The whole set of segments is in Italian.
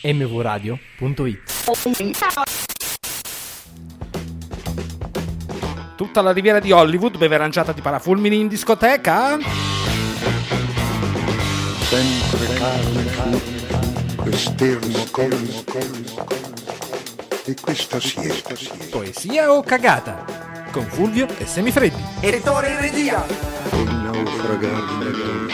mvradio.it. Tutta la riviera di Hollywood beve aranciata di parafulmini in discoteca? Sempre calmo, esterno colmo, e questa siesta. Poesia o cagata? Con Fulvio e Semifreddi. E ritorno in regia. Il naufragare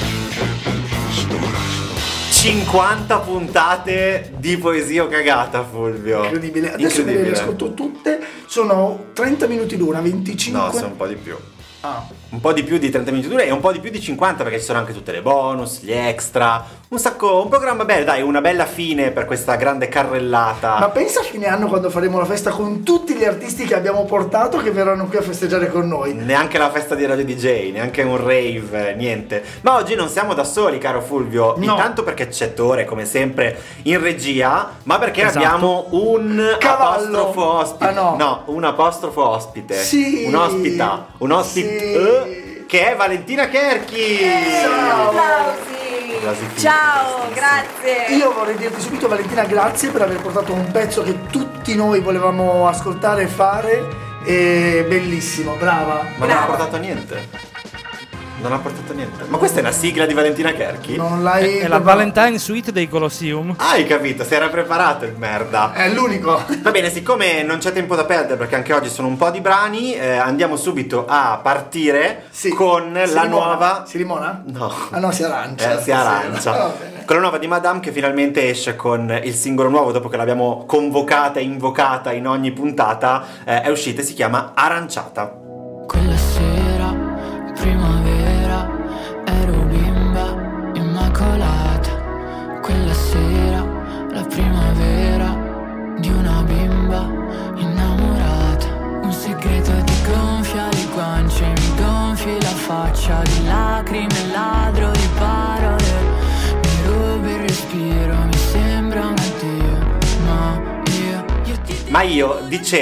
50 puntate di poesia o cagata, Fulvio. Incredibile. Adesso me le riascolto tutte. Sono 30 minuti l'una, 25. No, sono un po' di più. Ah. Un po' di più di 30 minuti l'una e un po' di più di 50, perché ci sono anche tutte le bonus, gli extra. Un programma bello, dai, una bella fine per questa grande carrellata. Ma pensa a fine anno, quando faremo la festa con tutti gli artisti che abbiamo portato, che verranno qui a festeggiare con noi. Neanche la festa di Radio DJ, neanche un rave, niente. Ma oggi non siamo da soli, caro Fulvio. No. Intanto perché c'è Tore, come sempre, in regia, ma perché abbiamo un cavallo. apostrofo ospite. Ah, no. No, un apostrofo ospite. Sì. Un ospite. Sì. Che è Valentina Cherchi. Applausi. Ciao, grazie. Io vorrei dirti subito, Valentina, grazie per aver portato un pezzo che tutti noi volevamo ascoltare e fare. E bellissimo, brava. Ma non ha portato niente. Non ha portato niente. Ma questa è una sigla di Valentina Cherchi? Non l'hai. È la Valentine Suite dei Colosseum. Hai capito, si era preparato il merda. È l'unico. Va bene, siccome non c'è tempo da perdere, perché anche oggi sono un po' di brani, andiamo subito a partire con la nuova. Si limona? No. Ah no, si arancia. Si arancia. Va bene. Con la nuova di Madame, che finalmente esce con il singolo nuovo dopo che l'abbiamo convocata e invocata in ogni puntata. È uscita e si chiama Aranciata. Quella sera, primavera, ero bimba immacolata. Quella sera, la primavera di una bimba innamorata. Un segreto ti gonfia le guance, mi gonfi la faccia di lacrime, ladro di parole. Mi rubi il respiro, mi sembra un addio, ma io ti Ma io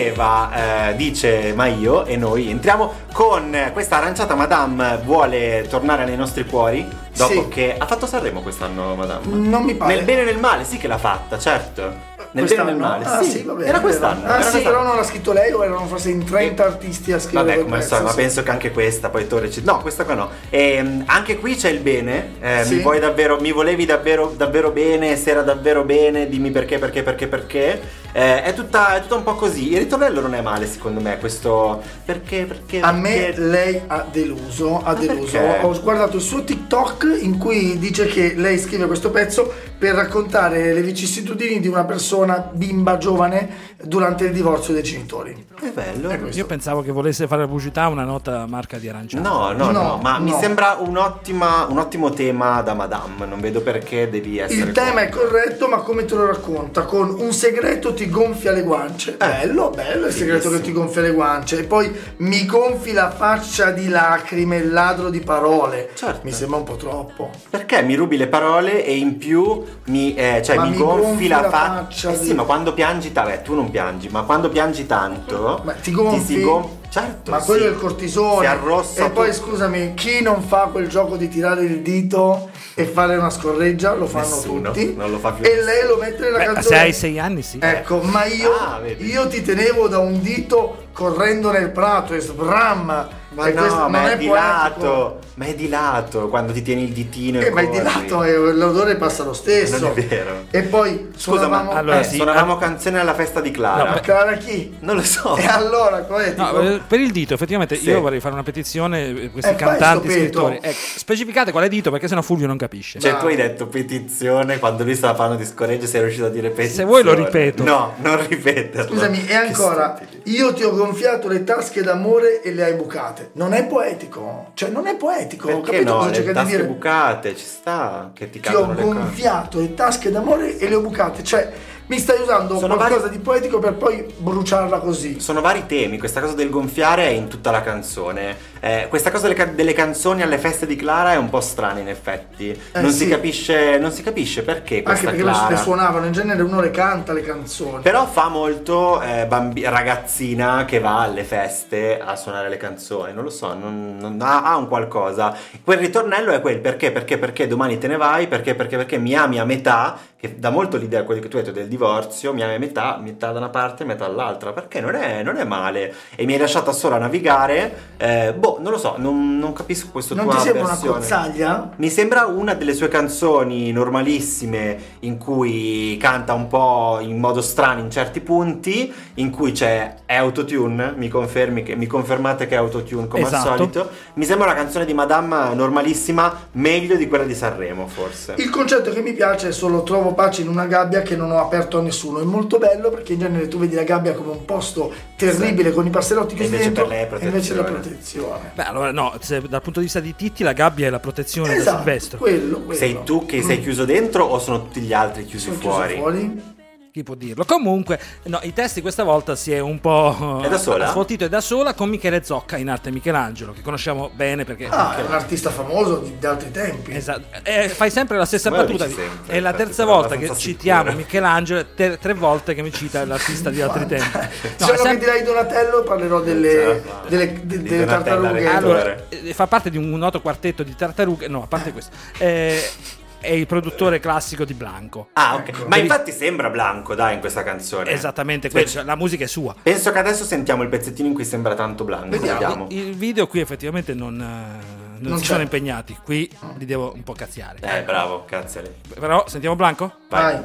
dice ma io, e noi entriamo con questa aranciata. Madame vuole tornare nei nostri cuori dopo che ha fatto Sanremo quest'anno, Madame. Non mi pare. Nel bene e nel male, sì che l'ha fatta, certo. Nel bene e nel male, Ah, sì. sì, va bene, Era quest'anno. Ah, era sì, quest'anno. però non l'ha scritto lei, o erano forse in 30 artisti a scrivere. Vabbè, quel come pezzo, so, ma sì. penso che anche questa, poi Torre no, questa qua no. Anche qui c'è il bene. Sì. Mi volevi davvero bene, se era davvero bene, dimmi perché. È tutta un po' così. Il ritornello non è male, secondo me, questo perché. A me lei ha deluso. perché? Ho guardato il suo TikTok in cui dice che lei scrive questo pezzo per raccontare le vicissitudini di una persona bimba giovane durante il divorzio dei genitori. È bello. Io pensavo che volesse fare la pubblicità a una nota marca di aranciata. No, ma mi no. sembra un ottimo tema da Madame. Non vedo perché devi essere. Il tema è contro. corretto, ma come te lo racconta? Con un segreto ti gonfia le guance. Bello il segreto che ti gonfia le guance. E poi mi gonfi la faccia di lacrime, ladro di parole. Certo. Mi sembra un po' troppo. Perché mi rubi le parole e in più mi gonfi la faccia. di- Sì, ma quando piangi, tu non piangi, ma quando piangi tanto, Ma ti gonfi? Certo, Ma sì. quello è il cortisone. Si arrossa E poi tutto. scusami, chi non fa quel gioco di tirare il dito e fare una scorreggia? Lo fanno Nessuno, tutti. non lo fa più E nessuno. lei lo mette nella canzone. Se hai 6 anni, sì. Ecco, ma vedi. io ti tenevo da un dito correndo nel prato e sbram. Ma e no, questo ma non è di poetico. lato. Ma è di lato quando ti tieni il ditino e Ma è di corri. lato e l'odore passa lo stesso. Non è vero. E poi Scusa, suonavamo. ma allora sì. suonavamo canzone alla festa di Clara. No, Clara chi? Non lo so. E allora, poetico. No, per il dito, effettivamente, Sì. io vorrei fare una petizione. Questi fai cantanti, sto peto. scrittori, specificate quale dito, perché sennò Fulvio non capisce. Cioè, tu hai detto petizione quando lui stava parlando di scoreggio, sei riuscito a dire petizione. Se vuoi lo ripeto. No, non ripeterlo. Scusami, e ancora, Che stupidi. io ti ho gonfiato le tasche d'amore e le hai bucate. Non è poetico. Cioè, non è poetico. Perché Capito no? cosa Le cerca di tasche dire? bucate, ci sta che ti Ti ho cadono le cose. gonfiato le tasche d'amore e le ho bucate. Cioè, mi stai usando Sono qualcosa di poetico per poi bruciarla così. Sono vari temi, questa cosa del gonfiare è in tutta la canzone. questa cosa delle canzoni alle feste di Clara è un po' strana in effetti. Non si capisce perché questa anche perché Clara le suonavano, in genere uno le canta le canzoni. Però fa molto ragazzina che va alle feste a suonare le canzoni, non lo so, non ha un qualcosa. Quel ritornello è quel perché domani te ne vai, perché mi ami a metà, che dà molto l'idea, quello che tu hai detto del divorzio, mi ami a metà da una parte e metà dall'altra, perché non è male, e mi hai lasciata sola a navigare, non lo so, non capisco questo tua versione. Non ti sembra una cozzaglia? Mi sembra una delle sue canzoni normalissime in cui canta un po' in modo strano in certi punti, in cui è autotune, mi confermate che è autotune come al solito. Mi sembra una canzone di Madame normalissima, meglio di quella di Sanremo forse. Il concetto che mi piace è solo trovo pace in una gabbia che non ho aperto a nessuno. È molto bello perché in genere tu vedi la gabbia come un posto terribile con i passerotti chiusi dentro, per lei è e invece la protezione. Beh, allora no, dal punto di vista di Titti la gabbia è la protezione da Silvestro. Quello. Sei tu che sei chiuso dentro o sono tutti gli altri chiusi fuori? Chi può dirlo? Comunque, no, i testi questa volta si è un po' È da sola? sfoltito, è da sola con Michele Zocca in arte Michelangelo, che conosciamo bene perché è un artista famoso di altri tempi. Esatto. Fai sempre la stessa battuta. Sempre, è la terza volta che citiamo Michelangelo, 3 volte che mi cita l'artista di altri tempi. Se non mi dirai Donatello parlerò delle tartarughe. Allora, fa parte di un noto quartetto di tartarughe. No, a parte questo. È il produttore classico di Blanco. Ok. Ecco. Ma infatti sembra Blanco, dai, in questa canzone. Esattamente questo, la musica è sua. Penso che adesso sentiamo il pezzettino in cui sembra tanto Blanco. Vediamo. Il video qui effettivamente non si sono impegnati. Qui li devo un po' cazziare. Bravo, cazzale. Però sentiamo Blanco? Vai.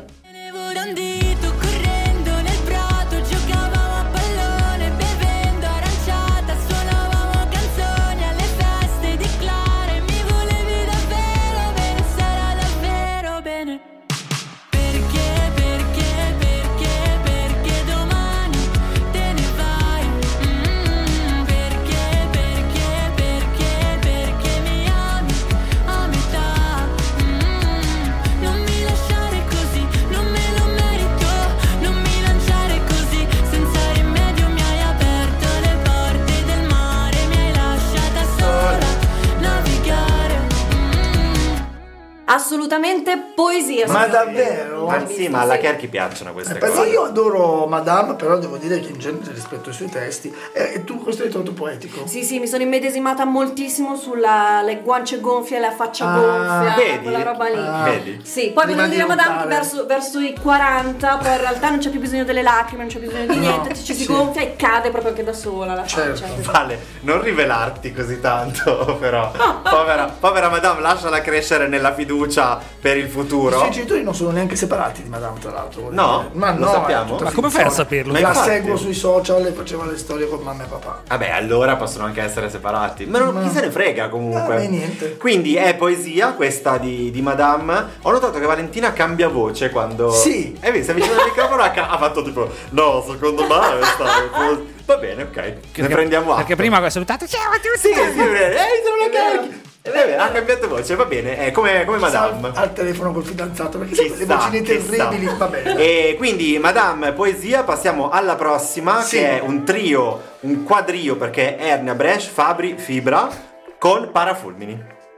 Assolutamente poesia. Ma davvero? Ma sì, ma alla Cherchi piacciono queste cose. Io adoro Madame, però devo dire che in genere rispetto ai suoi testi, e tu questo hai trovato poetico? Sì, mi sono immedesimata moltissimo sulle guance gonfie e la faccia gonfia, vedi? quella roba lì. Vedi? Sì, poi Prima quando dire di Madame urtare. verso i 40, poi in realtà non c'è più bisogno delle lacrime, non c'è bisogno di niente, ci si gonfia e cade proprio anche da sola la faccia. Vale, non rivelarti così tanto, però. Povera Madame, lasciala crescere nella fiducia per il futuro. I suoi genitori non sono neanche separati di Madame, tra l'altro. No? Ma Lo no, sappiamo? Ma come fai a saperlo? Ma La infatti. seguo sui social e faceva le storie con mamma e papà. Vabbè, allora possono anche essere separati. Ma chi se ne frega comunque. Niente. Quindi è poesia questa di Madame. Ho notato che Valentina cambia voce quando. Sì. Hai visto? Si avvicina al microfono ha fatto tipo. No, secondo me va bene, ok. Ne prendiamo atto. Perché prima ha salutato. Ciao a tutti. Sì, sono la Cherchi. Ha cambiato voce, va bene, è come Madame. Al telefono col fidanzato perché sono le vocine terribili, va bene. E quindi Madame poesia, passiamo alla prossima, Sì. che è un trio, un quadrio, perché è Ernia Brescia, Fabri, Fibra con Parafulmini.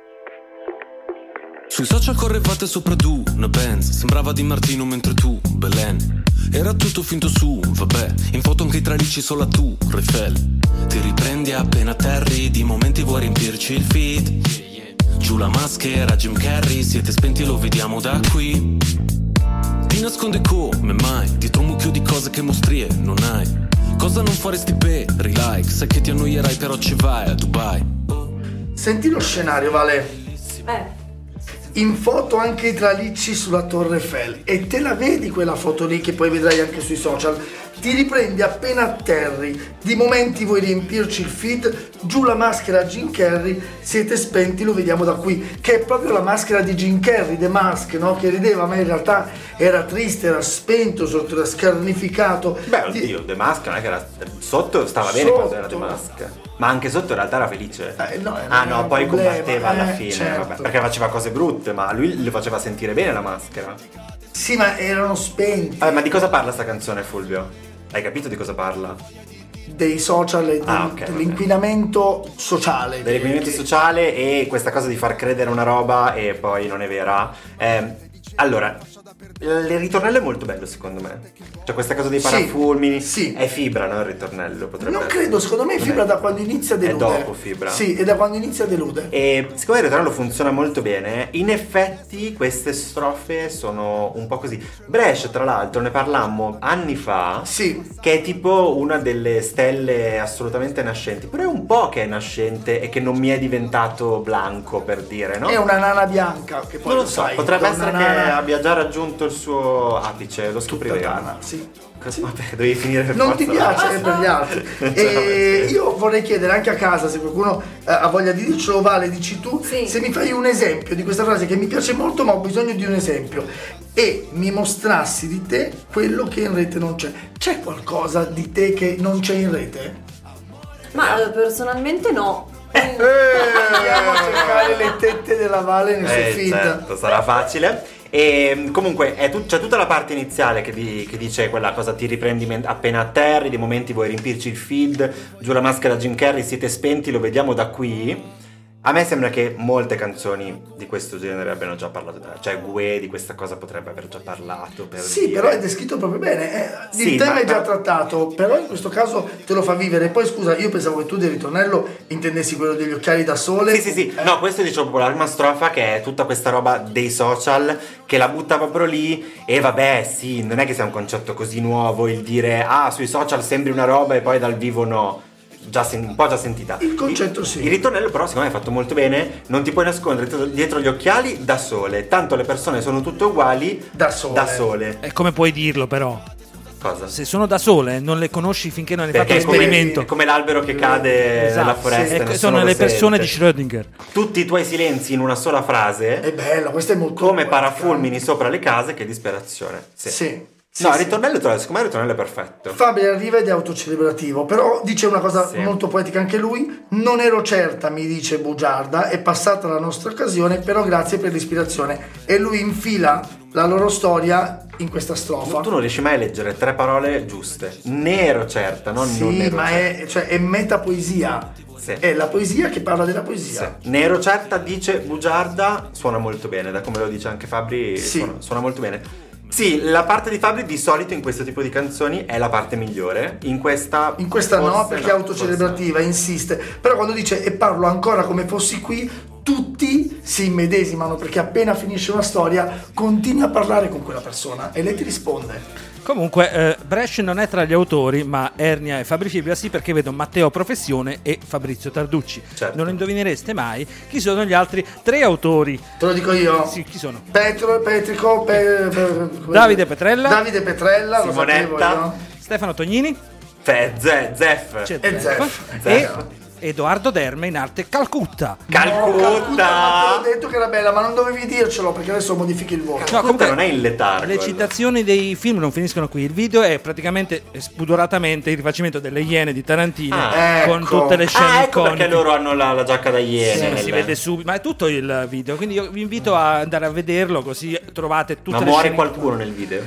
Sui social correvate sopra tu, una Benz. Sembrava Di Martino mentre tu, Belen. Era tutto finto su, vabbè. In foto anche i tralicci solo tu, Refel. Ti riprendi appena atterri, di momenti vuoi riempirci il feed. Giù la maschera, Jim Carrey, siete spenti, lo vediamo da qui. Ti nasconde come mai, dietro un mucchio di cose che mostrie non hai. Cosa non faresti per like, sai che ti annoierai però ci vai a Dubai. Senti lo scenario, Vale. In foto anche i tralicci sulla Torre Eiffel e te la vedi quella foto lì che poi vedrai anche sui social. Ti riprendi appena atterri, di momenti vuoi riempirci il feed, giù la maschera Jim Carrey, siete spenti, lo vediamo da qui, che è proprio la maschera di Jim Carrey, The Mask, no? Che rideva, ma in realtà era triste, era spento, era scarnificato. Beh, oddio, The Mask non è che era sotto, stava bene quando era The Mask. Ma anche sotto in realtà era felice. No, poi problema, combatteva alla fine, certo. vabbè, perché faceva cose brutte, ma lui le faceva sentire bene la maschera. Sì, ma erano spenti. Ma di cosa parla sta canzone, Fulvio? Hai capito di cosa parla? dei social e dell'inquinamento sociale. Dell'inquinamento sociale e questa cosa di far credere una roba e poi non è vera. Allora, il ritornello è molto bello secondo me. Cioè questa cosa dei parafulmini. Sì. È fibra, no? Il ritornello potrebbe Non essere. credo, secondo me è fibra da quando inizia a delude. È dopo fibra. Sì, è da quando inizia a delude. E siccome il ritornello funziona molto bene, in effetti queste strofe sono un po' così. Brescia, tra l'altro, ne parlammo anni fa. Sì. Che è tipo una delle stelle assolutamente nascenti. Pure un po' che è nascente e che non mi è diventato blanco, per dire, no? È una nana bianca che poi Non lo so, sai, potrebbe è una essere che nana abbia già raggiunto il suo apice, lo scopriremo. tana, sì. Vabbè, devi finire per Non forza. ti piace per gli altri. E io vorrei chiedere anche a casa, se qualcuno ha voglia di dircelo, Vale, dici tu, se mi fai un esempio di questa frase che mi piace molto ma ho bisogno di un esempio e mi mostrassi di te quello che in rete non c'è. C'è qualcosa di te che non c'è in rete? Ma personalmente no. Andiamo a cercare le tette della Vale nel suo feed. Certo, sarà facile. E comunque c'è tutta la parte iniziale che dice quella cosa, ti riprendi appena atterri, dei momenti vuoi riempirci il feed, giù la maschera Jim Carrey, siete spenti, lo vediamo da qui. A me sembra che molte canzoni di questo genere abbiano già parlato, cioè Gue di questa cosa potrebbe aver già parlato. Sì, dire. però è descritto proprio bene. Sì, Il tema ma- è già trattato, però in questo caso te lo fa vivere. Poi scusa, io pensavo che tu del ritornello intendessi quello degli occhiali da sole. Sì. No, questo dicevo proprio la prima strofa, che è tutta questa roba dei social che la butta proprio lì. E vabbè, sì, non è che sia un concetto così nuovo il dire sui social sembri una roba e poi dal vivo no. Un po' già sentita. Il concetto sì. Il ritornello però secondo me è fatto molto bene. Non ti puoi nascondere dietro gli occhiali da sole. Tanto le persone sono tutte uguali Da sole. E come puoi dirlo però? Cosa? Se sono da sole non le conosci finché non hai fatto Perché l'esperimento. è come l'albero che cade Esatto, nella foresta. sì. nessuno Sono lo le persone sente. di Schrödinger. Tutti i tuoi silenzi in una sola frase. È bello, questo è molto Come poetica. parafulmini sopra le case, che disperazione. Sì. No, il ritornello, secondo me il ritornello è perfetto. Fabio arriva ed è autocelebrativo, però dice una cosa Sì. molto poetica anche lui. Non ero certa, mi dice Bugiarda, è passata la nostra occasione, però grazie per l'ispirazione. E lui infila la loro storia in questa strofa. Tu non riesci mai a leggere 3 parole giuste. Ne ero certa, non non Sì, ero ma certa. è metapoesia. Sì. È la poesia che parla della poesia. Sì. Ne ero certa, dice Bugiarda, suona molto bene, da come lo dice anche Fabri, Sì. suona molto bene. Sì, la parte di Fabri di solito in questo tipo di canzoni è la parte migliore. In questa No, forse perché è autocelebrativa, insiste. Però quando dice e parlo ancora come fossi qui, tutti si immedesimano, perché appena finisce una storia continui a parlare con quella persona e lei ti risponde. Comunque Brescia non è tra gli autori, ma Ernia e Fabri Fibra sì, perché vedo Matteo Professione e Fabrizio Tarducci. Certo. Non indovinereste mai chi sono gli altri 3 autori. Te lo dico io. Sì, chi sono? Petrico, Davide Petrella. Davide Petrella, lo sapevo Simonetta. io. Stefano Tognini. Zeff. C'è E Zeff. Zeff. E Edoardo Derme in arte Calcutta. Calcutta. Ma te l'ho detto che era bella, ma non dovevi dircelo perché adesso modifichi il voto. No, comunque non è in letargo. Le citazioni dei film non finiscono qui. Il video è praticamente spudoratamente il rifacimento delle Iene di Tarantino con ecco. tutte le scene ecco iconiche. perché loro hanno la giacca da iene. Si vede subito, ma è tutto il video. Quindi io vi invito a andare a vederlo, così trovate tutte Ma le muore scene. qualcuno nel video?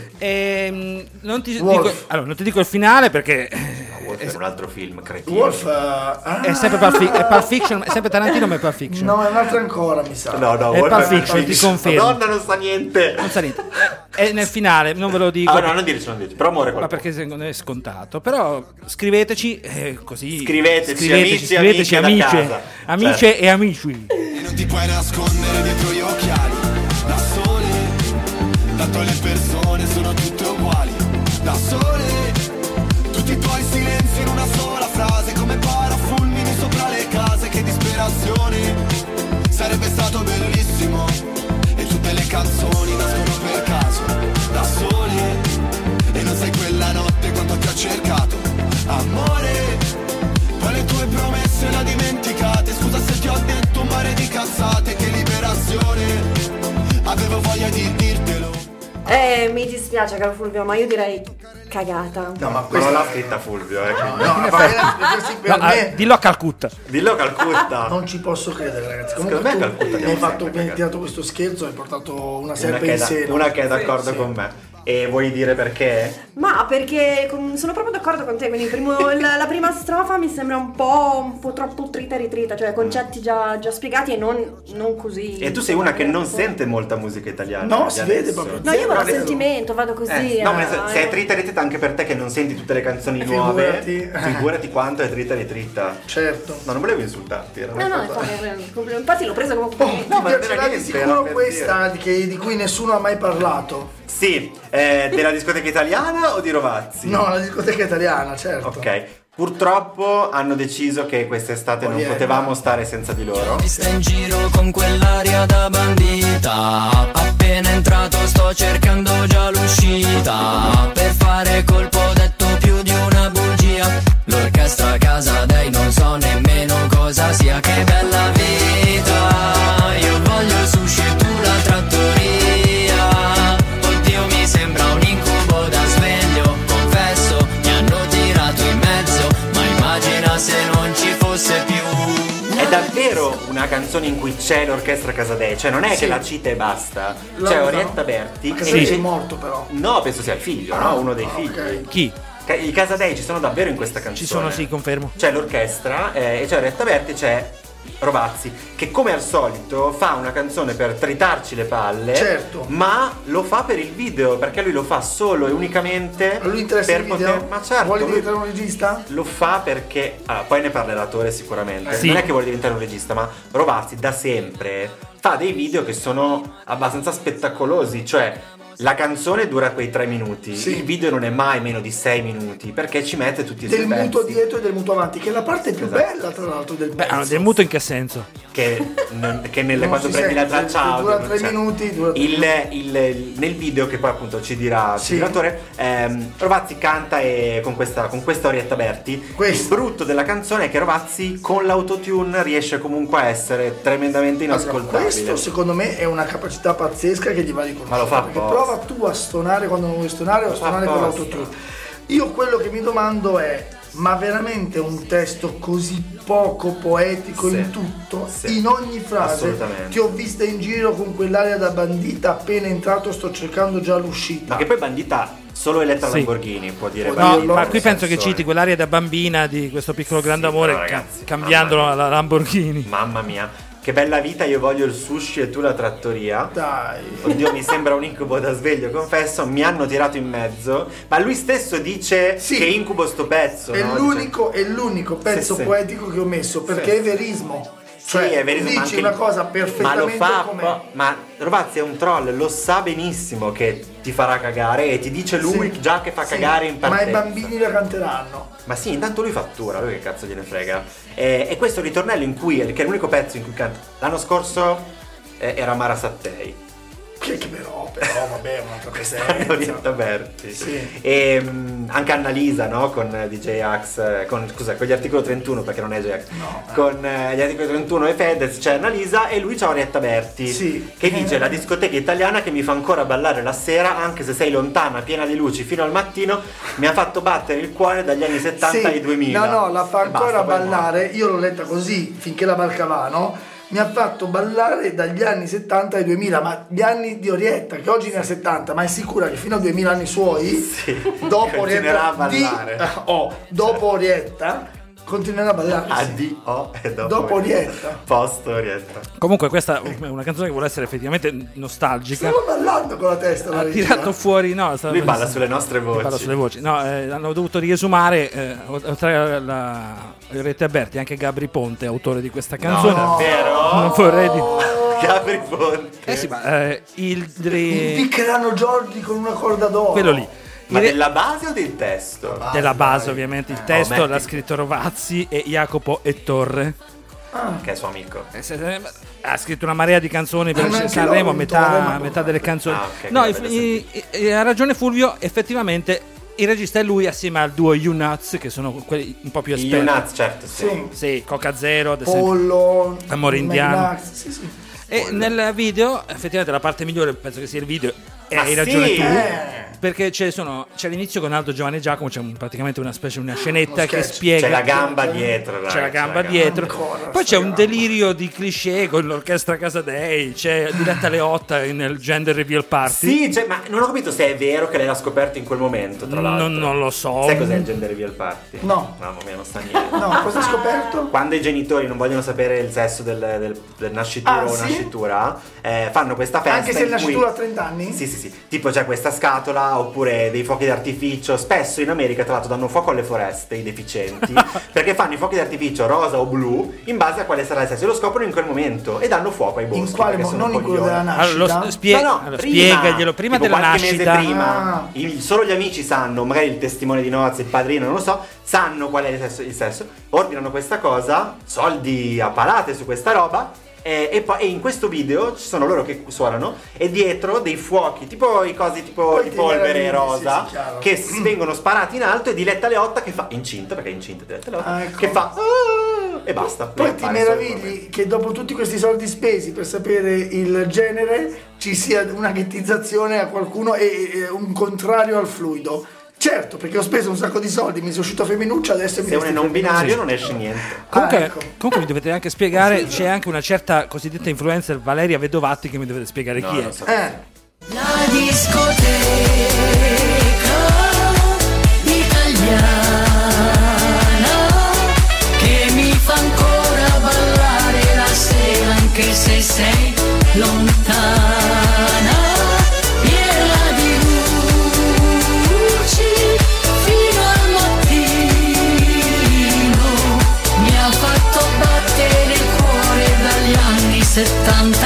Non ti Wolf. non ti dico il finale perché Wolf è un altro film, cretino. Wolf è sempre Pulp Fiction, è sempre Tarantino, ma è Pulp Fiction. no, è un'altra ancora, mi sa. No, È Wolf Pulp è Fiction, ti confermo. Madonna, non sa niente. Non sa niente. È nel finale, non ve lo dico. No, non dirci. Però muore Ma qualcuno. perché secondo me è scontato. Però scriveteci così. Scriveteci, amici, da amiche, casa. amiche Certo. e amici. E non ti puoi nascondere dietro gli occhiali, da sole, tanto le persone sono tutte uguali, da sole, tutti i tuoi silenzi in una sola frase, come parafulmini sopra le case, che disperazione, sarebbe stato bellissimo, e tutte le canzoni nascono per caso, da sole, e non sai quella notte quanto ti ho cercato, amore. Poi le tue promesse le dimenticate. Scusa se ti ho detto un mare di cazzate. Che liberazione, avevo voglia di dirtelo. Mi dispiace caro Fulvio, ma io direi cagata. No, ma Non questa l'ha scritta Fulvio, No, per No, me dillo a Calcutta. Dillo Calcutta. non ci posso credere, ragazzi. Secondo Comunque me tu Calcutta mi andiamo hai fatto sempre mi hai cagati. tirato questo scherzo, hai portato una Una serpe che, in seno. una che è d'accordo con me. E vuoi dire perché? Ma perché sono proprio d'accordo con te, quindi la prima strofa mi sembra un po' troppo trita e ritrita, cioè concetti già spiegati e non così. E tu sei una che non sente molta musica italiana. No, si vede proprio. No, io vado a sentimento, vado così. No, ma se è trita e ritrita anche per te che non senti tutte le canzoni nuove, figurati quanto è trita e ritrita. Certo. No, non volevo insultarti. Infatti l'ho presa come complimento. No, ma piacerà di sicuro questa di cui nessuno ha mai parlato. Sì, della discoteca italiana o di Rovazzi? No, la discoteca italiana, certo. Ok. Purtroppo hanno deciso che quest'estate non potevamo stare senza di loro. Vista in giro con quell'aria da bandita. Appena entrato sto cercando già l'uscita. Per fare colpo ho detto più di una bugia. L'orchestra a casa dei non so nemmeno cosa sia. Che bella vita. Io voglio il sushi e tu la trattoria. Oddio mi sembra un incubo da sveglio. Confesso mi hanno tirato in mezzo. Ma immagina se non ci fosse più. È davvero una canzone in cui c'è l'orchestra Casadei, cioè non è che la cita e basta. C'è Orietta Berti. Casadei è morto però. No, penso sia il figlio, no? Uno dei figli. Okay. Chi? I Casadei ci sono davvero in questa canzone. Ci sono, sì, confermo. C'è l'orchestra e c'è Orietta Berti e c'è Rovazzi, che come al solito fa una canzone per tritarci le palle. Certo. Ma lo fa per il video, perché lui lo fa solo e unicamente A lui interessa per il video? Ma certo, Vuole lui diventare un regista? lo fa perché poi ne parlerà Tore sicuramente. Sì. Non è che vuole diventare un regista, ma Rovazzi da sempre fa dei video che sono abbastanza spettacolosi, cioè la canzone dura quei 3 minuti, il video non è mai meno di 6 minuti, perché ci mette tutti i suoi Del mutuo pezzi. dietro e del mutuo avanti, che è la parte più bella tra l'altro del pezzo. Del muto in che senso? Che nelle Non quando si prendi la sente, traccia audio dura non 3 c'è. minuti, dura 3 nel video, che poi appunto ci dirà Tore, Rovazzi canta con questa Orietta Berti. Il brutto della canzone è che Rovazzi con l'autotune riesce comunque a essere tremendamente inascoltabile. Questo secondo me è una capacità pazzesca che gli va riconosciuta. Ma lo fa perché apposta. prova tu a stonare quando non vuoi stonare o a stonare con l'autotune. Io quello che mi domando è: ma veramente un testo così poco poetico in tutto? In ogni frase? Assolutamente. Ti ho vista in giro con quell'aria da bandita, appena entrato sto cercando già l'uscita. Ma che poi bandita solo Elettra Lamborghini può dire. No, ma qui penso che citi quell'aria da bambina di questo piccolo grande amore, però, ragazzi, cambiandolo alla Lamborghini. Mamma mia. Che bella vita, io voglio il sushi e tu la trattoria. Dai. Oddio, mi sembra un incubo da sveglio, confesso, mi hanno tirato in mezzo. Ma lui stesso dice che incubo sto pezzo. È no? l'unico pezzo poetico che ho messo, perché è verismo. Cioè, sì, è verismo, dici una cosa perfettamente ma lo fa com'è. ma Rovazzi è un troll, lo sa benissimo che ti farà cagare e ti dice lui già che fa cagare in Ma partenza. i bambini la canteranno. Ma sì, intanto lui fattura, lui che cazzo gliene frega. E questo ritornello in cui, che è l'unico pezzo in cui canta. L'anno scorso era Mara Sattei. Che però vabbè, un'altra presenza. Orietta Berti. Sì. E anche Annalisa, no? Con DJ Axe, con gli articolo 31, perché non è DJ Axe. No. Con gli articoli 31 e Fedez c'è Annalisa e lui c'ha Orietta Berti. Sì. Che dice: la discoteca italiana che mi fa ancora ballare la sera, anche se sei lontana, piena di luci fino al mattino, mi ha fatto battere il cuore dagli anni 70 ai 2000. No, la fa ancora Basta, poi ballare. Io l'ho letta così finché la Valcavano. Mi ha fatto ballare dagli anni 70 ai 2000, ma gli anni di Orietta, che oggi ne ha 70, ma è sicura che fino a 2000 anni suoi, dopo continuerà Orietta, a ballare. dopo Orietta, continuerà a ballare. Addio e dopo Orietta. Post Orietta. Comunque questa è una canzone che vuole essere effettivamente nostalgica. Stavo ballando con la testa. Ha tirato fuori, no, lui balla sulle nostre voci. Balla sulle voci. No, hanno dovuto riesumare oltre alla Orietta Berti anche Gabri Ponte, autore di questa canzone. No, davvero? Non vorrei dire. Gabri Ponte. Sì, ma piccheranno Giorgi con una corda d'oro. quello lì. Ma della base o del testo? Della base, ovviamente. Il testo metti. l'ha scritto Rovazzi e Jacopo Ettore. Che è suo amico. Ha scritto una marea di canzoni per anche Sanremo, loro, metà delle canzoni. ok, No, quella ha ragione Fulvio, effettivamente il regista è lui assieme al duo U-Nuts, che sono quelli un po' più esperti. U-Nuts, certo, sì. Sì, Coca Zero, ad esempio. Pollo, Amore indiano. Sì. E nel video, effettivamente la parte migliore, penso che sia il video, hai ragione tu. Eh. Perché c'è l'inizio con Aldo, Giovanni e Giacomo, c'è praticamente una scenetta che sketch. spiega. C'è la gamba dietro, C'è la gamba dietro. Ancora, Poi c'è un gamba. delirio di cliché con l'orchestra Casadei. C'è Diletta Leotta nel gender reveal party. Sì, ma non ho capito se è vero che lei l'ha scoperto in quel momento, tra l'altro. Non lo so. Sai cos'è il gender reveal party? No. Mamma mia, non sa niente. No, cosa hai scoperto? Quando i genitori non vogliono sapere il sesso del nascituro o sì? nascitura, fanno questa festa. Anche se il in cui- nascituro ha 30 anni? Sì. Tipo c'è questa scatola oppure dei fuochi d'artificio. Spesso in America, tra l'altro, danno fuoco alle foreste, i deficienti, perché fanno i fuochi d'artificio rosa o blu in base a quale sarà il sesso. E lo scoprono in quel momento e danno fuoco ai boschi. In quale perché modo? sono Non in quello della coglioni. nascita? Allora, spiegaglielo prima tipo della qualche nascita. mese prima. Ah. Solo gli amici sanno, magari il testimone di nozze, il padrino, non lo so, sanno qual è il sesso, ordinano questa cosa, soldi a palate su questa roba. E in questo video ci sono loro che suonano e dietro dei fuochi, tipo i cosi tipo Poi di ti polvere meravigli, rosa, sì, chiaro. che vengono sparati in alto e Diletta Leotta che fa incinta, perché è incinta Diletta Leotta, Ecco. che fa e basta. Poi Non ti fare solo meravigli che dopo tutti questi soldi spesi per sapere il genere ci sia una ghettizzazione a qualcuno e un contrario al fluido. Certo, perché ho speso un sacco di soldi, mi sono uscito femminuccia, adesso mi se uno è vesti non femminuccia. binario non esce niente. Comunque, ecco. comunque mi dovete anche spiegare, c'è anche una certa cosiddetta influencer Valeria Vedovatti che mi dovete spiegare chi è. Non so. La discoteca italiana che mi fa ancora ballare la sera anche se sei lontana, piena di luci fino al mattino, mi ha fatto battere il cuore dagli anni 70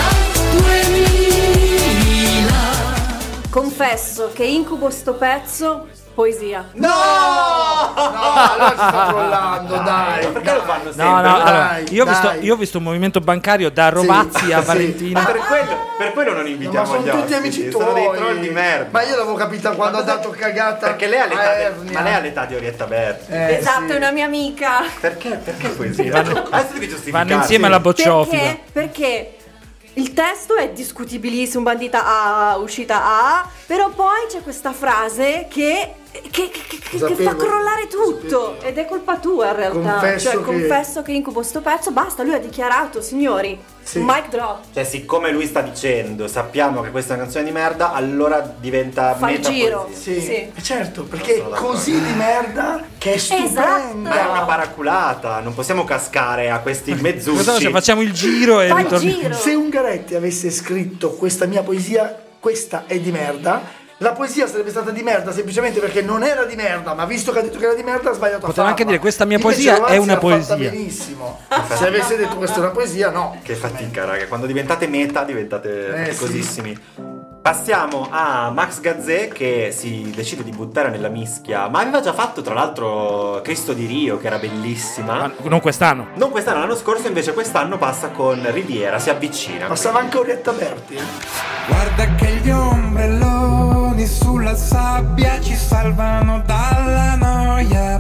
2000. Confesso che incubo sto pezzo, poesia. No, allora ci sta trollando, dai. Ma perché lo fanno sempre? No, allora, Dai, io ho visto un movimento bancario da Rovazzi a Valentina. Ma per quello non No, invitiamo ma sono gli tutti ospiti, amici tuoi. sono dei troll di merda. Ma io l'avevo capita quando ha dato cagata. Perché lei ha l'età a Ernia. ma lei ha l'età di Orietta Berti. Esatto, sì. è una mia amica. Perché poesia? Adesso devi giustificare. Vanno insieme alla bocciofila. Perché il testo è discutibilissimo, bandita A, uscita A, però poi c'è questa frase che fa Sapevo. crollare tutto ed è colpa tua in realtà. Confesso che incubo sto pezzo, basta, lui ha dichiarato, signori, Sì. mic drop. Cioè, siccome lui sta dicendo, sappiamo che questa è una canzone di merda, allora diventa Fa il meta giro. poesia. Sì, certo, perché sono è d'accordo. così di merda che è stupenda. È una paraculata, non possiamo cascare a questi Cosa mezzucci. facciamo? Facciamo il giro e Fa il ritorniamo. giro. Se Ungaretti avesse scritto questa mia poesia, questa è di merda, la poesia sarebbe stata di merda semplicemente perché non era di merda, ma visto che ha detto che era di merda ha sbagliato a Poteva farla. anche dire, questa mia Invece poesia Rovazzi è una l'ha fatta poesia. benissimo. Se avesse detto questa è una poesia, no. Che fatica, raga, quando diventate meta diventate sì. faticosissimi. Passiamo a Max Gazzè che si decide di buttare nella mischia, ma aveva già fatto tra l'altro Cristo di Rio che era bellissima. Ma non quest'anno. Non quest'anno, l'anno scorso invece quest'anno passa con Riviera, si avvicina. Passava anche Orietta Berti. Guarda che gli ombrelloni sulla sabbia ci salvano dalla noia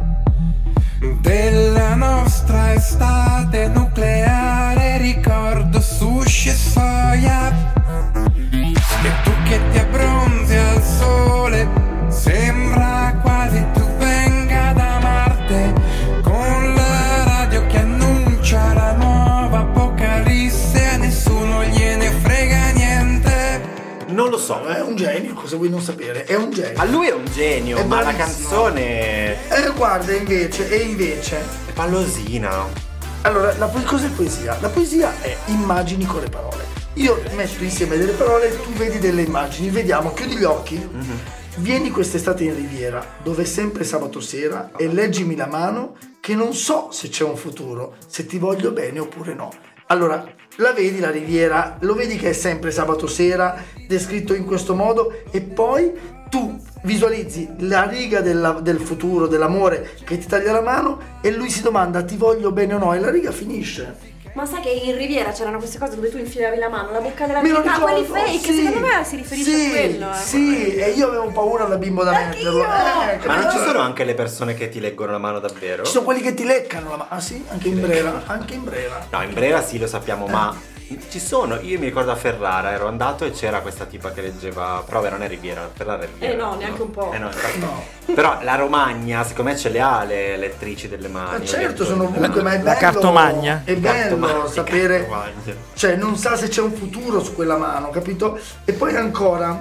della nostra estate nucleare, ricordo sushi e soia. E tu che ti abbronzi al sole, sembra quasi tu venga da Marte, con la radio che annuncia la nuova apocalisse, a nessuno gliene frega niente. Non lo so. È un genio, cosa vuoi non sapere? È un genio. A lui è un genio, È ma la bravissimo. canzone Guarda, invece è pallosina. Allora, cos'è poesia? La poesia è immagini con le parole. Io metto insieme delle parole e tu vedi delle immagini. Vediamo, chiudi gli occhi. Vieni quest'estate in Riviera, dove è sempre sabato sera, e leggimi la mano che non so se c'è un futuro, se ti voglio bene oppure no. Allora, la vedi la Riviera, lo vedi che è sempre sabato sera, descritto in questo modo, e poi tu visualizzi la riga del futuro, dell'amore che ti taglia la mano, e lui si domanda ti voglio bene o no, e la riga finisce. Ma sai che in Riviera c'erano queste cose dove tu infilavi la mano, la bocca della Me lo vita, quelli ricordo, fake, sì. secondo me si riferisce a quello. Sì, e io avevo paura da bimbo da metterlo. Ma non ci sono anche le persone che ti leggono la mano davvero? Ci sono quelli che ti leccano la mano. Ah sì? Anche in Brera? Anche in Brera. No, in Brera sì, lo sappiamo, ma Ci sono, io mi ricordo a Ferrara, ero andato e c'era questa tipa che leggeva, però non è Riviera, Ferrara è Riviera. No, neanche un po'. No. Però la Romagna, secondo me ce le ha le lettrici delle mani. Ma certo, sono ovunque, ma è bello. La cartomagna? È bello Cartomagna, sapere, cartomagna. cioè non sa se c'è un futuro su quella mano, capito? E poi ancora,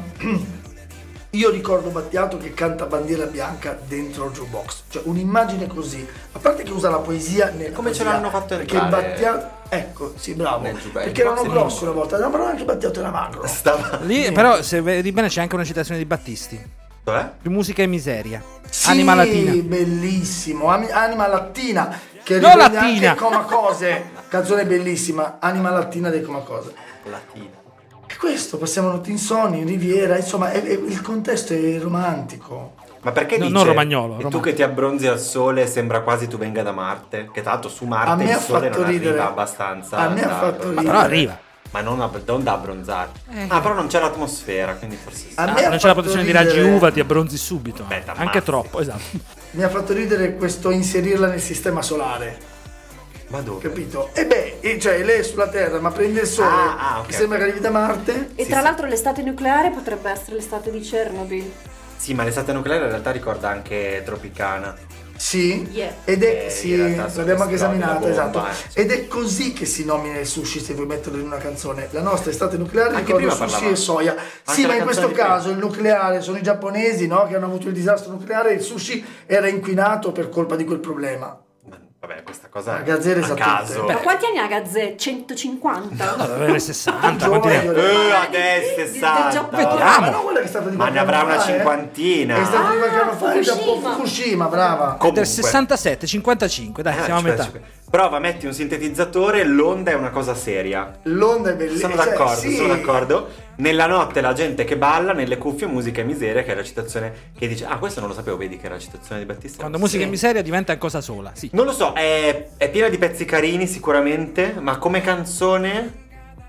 io ricordo Battiato che canta Bandiera bianca dentro il jukebox, cioè un'immagine così, a parte che usa la poesia nella Come ce poesia, l'hanno fatto perché entrare? Battiato, ecco, sì, bravo, Nel jukebox. perché erano Il grossi una volta, no, però anche Battiato era magro. Lì, però, se vedi bene, c'è anche una citazione di Battisti. Cioè? Più musica e miseria. Sì, Anima latina. bellissimo, Anima Latina, che Non riprende Latina. anche Comacose, canzone bellissima, Anima Latina dei Comacose. Latina. E questo, passiamo notti insonni, in Riviera, insomma, il contesto è romantico. Ma perché No, dice, non romagnolo, e tu romano. che ti abbronzi al sole sembra quasi tu venga da Marte? Che tra l'altro su A Marte me il ha sole fatto non ridere. arriva abbastanza. A me ha da- fatto Ma ridere. però arriva. Ma non da abbronzare. Però non c'è l'atmosfera, quindi forse sì. A me ha Non c'è la fatto produzione di raggi ridere- uva, ti abbronzi subito. Aspetta, Anche ammazzi. troppo, esatto. Mi ha fatto ridere questo inserirla nel sistema solare, Ma dove? capito? E beh, cioè lei è sulla Terra, ma prende il sole, ok. mi sembra che arrivi da Marte. E tra l'altro l'estate nucleare potrebbe essere l'estate di Chernobyl. Sì, ma l'estate nucleare in realtà ricorda anche Tropicana. Sì, Yeah. ed è, In realtà l'abbiamo anche esplode la esaminato, bomba, esatto. cioè. Ed è così che si nomina il sushi, se vuoi metterlo in una canzone. La nostra estate nucleare Anche ricorda prima sushi parlavamo. e soia. Sì, la ma in canzone questo di prima. caso il nucleare sono i giapponesi, no? Che hanno avuto il disastro nucleare e il sushi era inquinato per colpa di quel problema. Ma, vabbè, questa cosa La Gazzere a sa caso. tutte. Ma quanti anni ha Gazzè? 150? No, deve avere 60. quanti Giovane, ne ha? Adesso Del 60. Giappone. Ma no, quella che è stata di Ma ne qualche avrà anno una fa, cinquantina. È stata di qualche anno fa il Giappone, Fukushima. Fukushima, brava. Comunque. Del 67, 55, dai, siamo a metà. Prova, metti un sintetizzatore, l'onda è una cosa seria. L'onda è bellissima. Sono d'accordo, Cioè, sì. sono d'accordo. Nella notte la gente che balla, nelle cuffie musica e miseria, che è la citazione che dice, ah, questo non lo sapevo, vedi che è la citazione di Battista. Quando musica Sì. e miseria diventa cosa sola, sì. Non lo so, è piena di pezzi carini sicuramente, ma come canzone...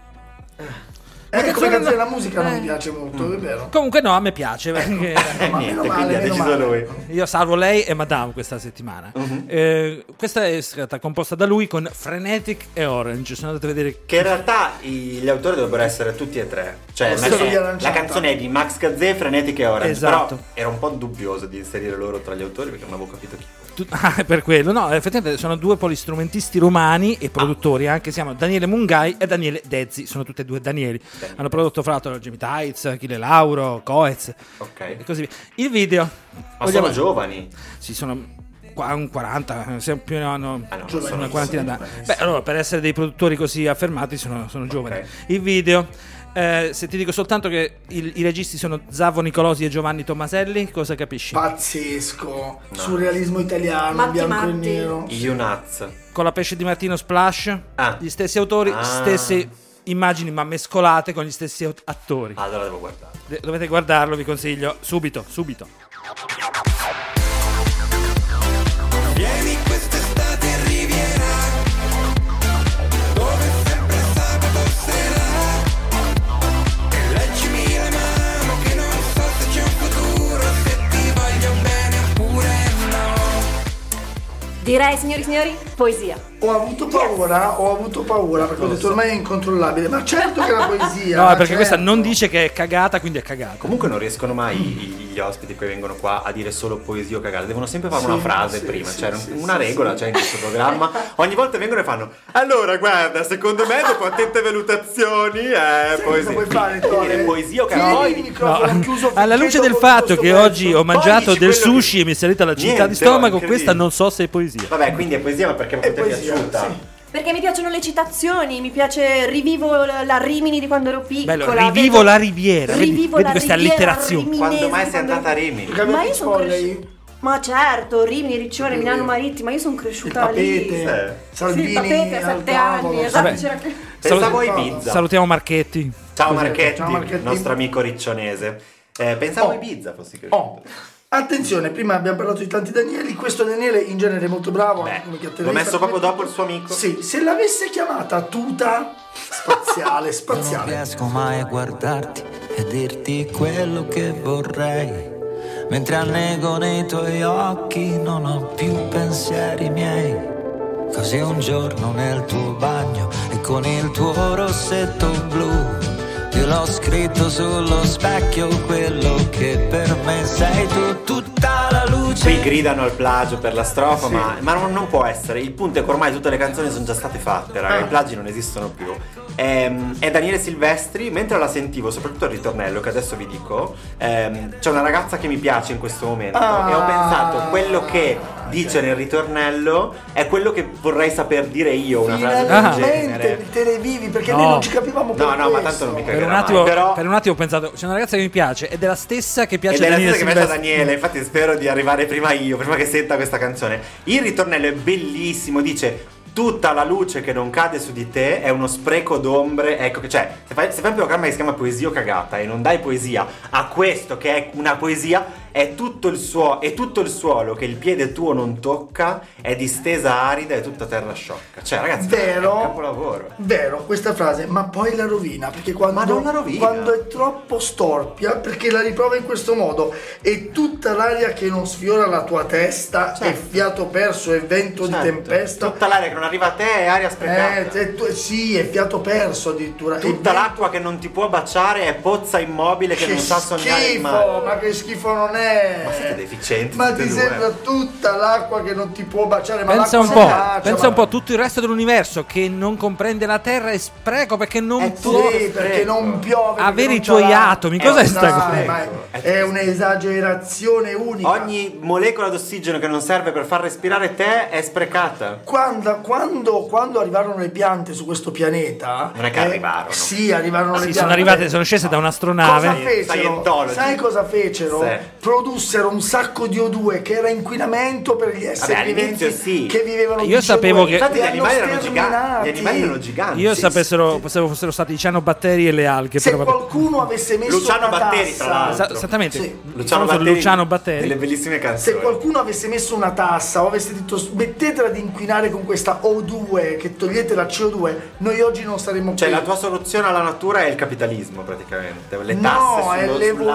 Come canzone canzone no- la musica non mi piace molto, è vero. Comunque no, a me piace, perché Ma niente, meno quindi male, ha meno deciso male. lui. io salvo lei e Madame questa settimana. Questa è stata composta da lui con Frenetic e Orange. Sono andato a vedere. Che in realtà gli autori dovrebbero essere tutti e tre. Cioè, Lo non è stesso che- di Aranciata. la canzone è di Max Gazzè, Frenetic e Orange. Esatto. Però era un po' dubbioso di inserire loro tra gli autori perché non avevo capito chi. Per quello, no, effettivamente sono due polistrumentisti romani e produttori, anche si chiamano Daniele Mungai e Daniele Dezzi, sono tutte e due Danieli. Hanno prodotto fra l'altro Jimmy Tights, Achille Lauro, Coez Ok. e così via. Il video. Ma sono giovani. Sì, sono un 40, siamo più o meno no, sono sono una quarantina d'anni. giovani. Beh, allora per essere dei produttori così affermati sono giovani. Ok. Il video, se ti dico soltanto che i registi sono Zavo Nicolosi e Giovanni Tommaselli, cosa capisci? Pazzesco, surrealismo italiano, Matti bianco e Matti. nero. Gli Unaz. Con la pesce di Martino Splash, Ah. gli stessi autori, Ah. stesse immagini ma mescolate con gli stessi attori. Allora devo guardare. Dovete guardarlo, vi consiglio, subito. Vieni quest'estate in Riviera, dove sempre sabato sera, e leggimi la mano che non so se c'è un futuro, se ti voglio bene oppure no. Direi, signori e signori, poesia. Ho avuto paura perché ho detto ormai è incontrollabile, ma certo che la poesia. No, perché certo. questa non dice che è cagata, quindi è cagata. Comunque non riescono mai gli ospiti che vengono qua a dire solo poesia o cagata, devono sempre fare una frase prima, c'è una regola c'è in questo programma. Ogni volta vengono e fanno allora guarda, secondo me dopo attente valutazioni poesia. puoi fare, Devi dire Tore? poesia o Tieni cagata. il microfono chiuso Alla finché luce del dopo fatto tutto che sto oggi pezzo. ho mangiato dici del quello che- sushi e mi è salita l'acidità di Niente, stomaco, incredibile. questa non so se è poesia. Vabbè, quindi è poesia, ma perché È ti è poesia, piaciuta? sì. Perché mi piacciono le citazioni, mi piace, rivivo la Rimini di quando ero piccola. Bello, rivivo la Riviera, Rivivo vedi la questa Riviera allitterazione. riminese Quando mai di sei quando andata a ero- Rimini? Perché Ma avete io sono spoiler? Ma certo, Rimini, Riccione, Milano Marittimo, io sono Il cresciuta lì. tapete, Sì, Salvini il tapete a al 7 tavolo. anni, esatto, Vabbè. c'era che... Pensavo a Salut- Ibiza. Salutiamo Marchetti. Ciao Cos'è? Marchetti, Ciao, Marchetti. nostro amico riccionese. Pensavo a Oh. Ibiza fossi cresciuto. Oh, attenzione, prima abbiamo parlato di tanti Danieli, questo Daniele in genere è molto bravo, anche come Beh, chiatterista. l'ho messo proprio dopo il suo amico. Sì, se l'avesse chiamata tuta spaziale, Non spaziale. riesco mai a guardarti e dirti quello che vorrei. Mentre annego nei tuoi occhi non ho più pensieri miei. Così un giorno nel tuo bagno e con il tuo rossetto blu io l'ho scritto sullo specchio quello che per me sei tu, tutta la luce. Qui gridano al plagio per la strofa, ma non può essere. Il punto è che ormai tutte le canzoni sono già state fatte, raga. I plagi non esistono più. È Daniele Silvestri. Mentre la sentivo, soprattutto il ritornello che adesso vi dico, c'è una ragazza che mi piace in questo momento e ho pensato, quello che dice nel ritornello è quello che vorrei saper dire io, una frase del genere. Te ne vivi, perché noi non ci capivamo per questo. ma tanto non mi cagherà per un attimo ho pensato, c'è una ragazza che mi piace ed è la stessa che piace a Daniele Silvestri. Ed è la stessa che piace a Daniele, infatti spero di arrivare prima io, prima che senta questa canzone. Il ritornello è bellissimo, dice: tutta la luce che non cade su di te è uno spreco d'ombre. Ecco che c'è, se fai un programma che si chiama Poesia o Cagata e non dai poesia a questo che è una poesia, è tutto il suolo che il piede tuo non tocca, è distesa arida e tutta terra sciocca. Cioè ragazzi, è un capolavoro. Vero questa frase, ma poi la rovina, perché quando è troppo storpia, perché la riprova in questo modo, e tutta l'aria che non sfiora la tua testa è fiato perso, è vento di tempesta. Tutta l'aria che non arriva a te è aria sprecata. Sì, è fiato perso addirittura. Tutta l'acqua che non ti può baciare è pozza immobile che non sa sognare il mare. Ma che schifo non è. Ma siete deficienti. Ma ti sembra tutta l'acqua che non ti può baciare. Ma pensa un po' tutto il resto dell'universo che non comprende la terra è spreco, perché non può, perché non piove, avere i tuoi atomi. Cos'è sta cosa? È un'esagerazione unica. Ogni molecola d'ossigeno che non serve per far respirare te è sprecata. Quando arrivarono le piante su questo pianeta, non è che arrivarono. Sì, arrivarono le piante. Sono arrivate, sono scese da un'astronave. Sai cosa fecero? Produssero un sacco di O2 che era inquinamento per gli esseri viventi che vivevano. Io sapevo che infatti gli animali erano giganti. Io sapessero fossero stati i cianobatteri e le alghe. Se qualcuno avesse messo Luciano una Batteri, tassa, tra l'altro. Esattamente. Luciano Batteri. Delle bellissime canzoni. Se qualcuno avesse messo una tassa o avesse detto smettetela di inquinare con questa O2, che togliete la CO2, noi oggi non saremmo qui. Cioè la tua soluzione alla natura è il capitalismo praticamente, le tasse è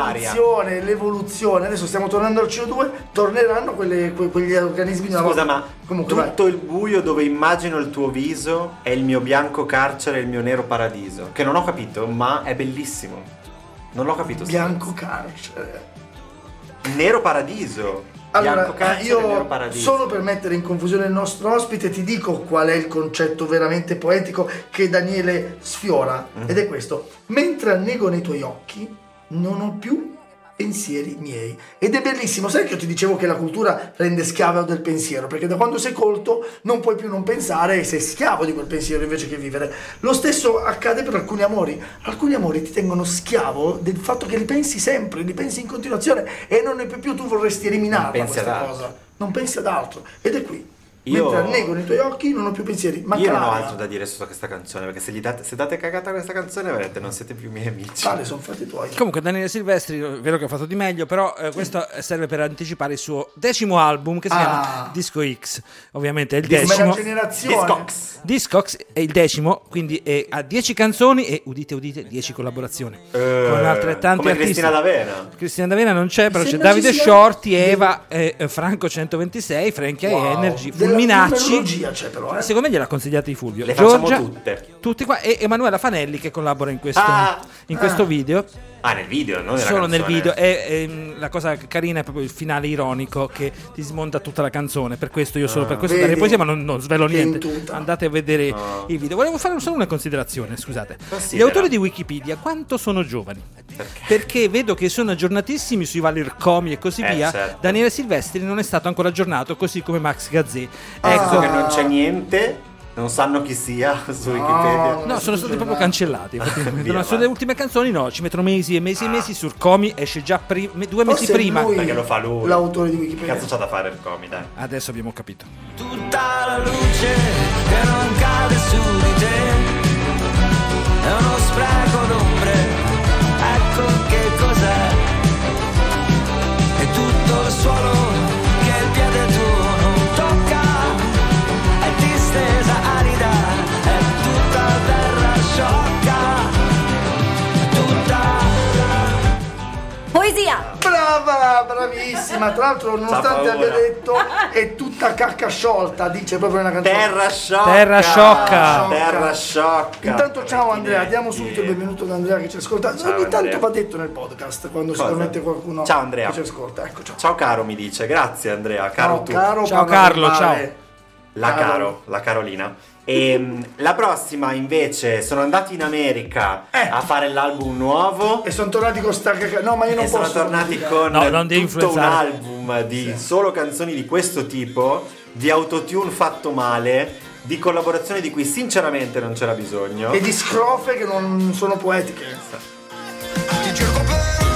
l'evoluzione. Adesso stiamo tornando al CO2, torneranno quegli organismi. Scusa, ma tutto il buio dove immagino il tuo viso è il mio bianco carcere e il mio nero paradiso, che non ho capito, ma è bellissimo. Non l'ho capito. Bianco carcere, nero paradiso. Allora, io solo per mettere in confusione il nostro ospite ti dico qual è il concetto veramente poetico che Daniele sfiora, ed è questo: mentre annego nei tuoi occhi non ho più pensieri miei. Ed è bellissimo. Sai che io ti dicevo che la cultura rende schiavo del pensiero, perché da quando sei colto non puoi più non pensare e sei schiavo di quel pensiero invece che vivere. Lo stesso accade per alcuni amori ti tengono schiavo del fatto che li pensi sempre, li pensi in continuazione e non ne puoi più. Tu vorresti eliminarla questa cosa, non pensi ad altro, ed è qui. Mentre annego nei tuoi occhi non ho più pensieri. Io non ho altro da dire su questa canzone, perché se date cagata a questa canzone veramente non siete più miei amici. Vale, sono fatti tuoi. Comunque Daniele Silvestri, vero che ha fatto di meglio, però questo serve per anticipare il suo 10° album che si chiama Disco X. Ovviamente è il 10° Discox è il 10°, quindi ha 10 canzoni e udite 10 collaborazioni con altrettanti artisti. Cristina D'Avena non c'è, però c'è Davide Shorty, Eva, Franco 126, Frankie Energy, Fulminacci, c'è però, secondo me gliel'ha consigliata di Fulvio. Le Giorgia, facciamo tutti qua, e Emanuela Fanelli che collabora in questo video. Nel video, non nella solo canzone. Nel video. E la cosa carina è proprio il finale ironico che ti smonta tutta la canzone. Per questo io solo per questo darei poesia, ma non svelo niente. Andate a vedere il video. Volevo fare solo una considerazione, scusate. Gli autori di Wikipedia quanto sono giovani? Perché vedo che sono aggiornatissimi sui vari Rcomi e così via. Certo. Daniele Silvestri non è stato ancora aggiornato, così come Max Gazzè. Ecco che non c'è niente. Non sanno chi sia su Wikipedia. No, sono stati proprio cancellati. Sulle ultime canzoni ci mettono mesi e mesi e mesi. Su Rcomi esce già 2 mesi prima. Perché lo fa lui, l'autore di Wikipedia. Che cazzo c'ha da fare Rcomi, dai. Adesso abbiamo capito. Tutta la luce che non cade su di te è uno spreco d'ombre. Ecco che cos'è. È tutto il suolo che il piede tuo non tocca. È distesa arida, è tutta terra sciocca. Tutta. Poesia! Brava, bravissima. Tra l'altro, nonostante abbia detto è tutta cacca sciolta, dice proprio una canzone. Terra sciocca. Intanto ciao Andrea, diamo subito il benvenuto ad Andrea che ci ascolta. Ogni tanto va detto nel podcast quando si permette qualcuno ciao Andrea che ci ascolta. Ecco, ciao caro, mi dice. Grazie Andrea, caro tu. Ciao Carlo, ciao. La Carolina. E la prossima invece sono andati in America a fare l'album nuovo e sono tornati con sta no, ma io non posso. Sono tornati con tutto un album di solo canzoni di questo tipo, di autotune fatto male, di collaborazioni di cui sinceramente non c'era bisogno e di scrofe che non sono poetiche. Ti cerco per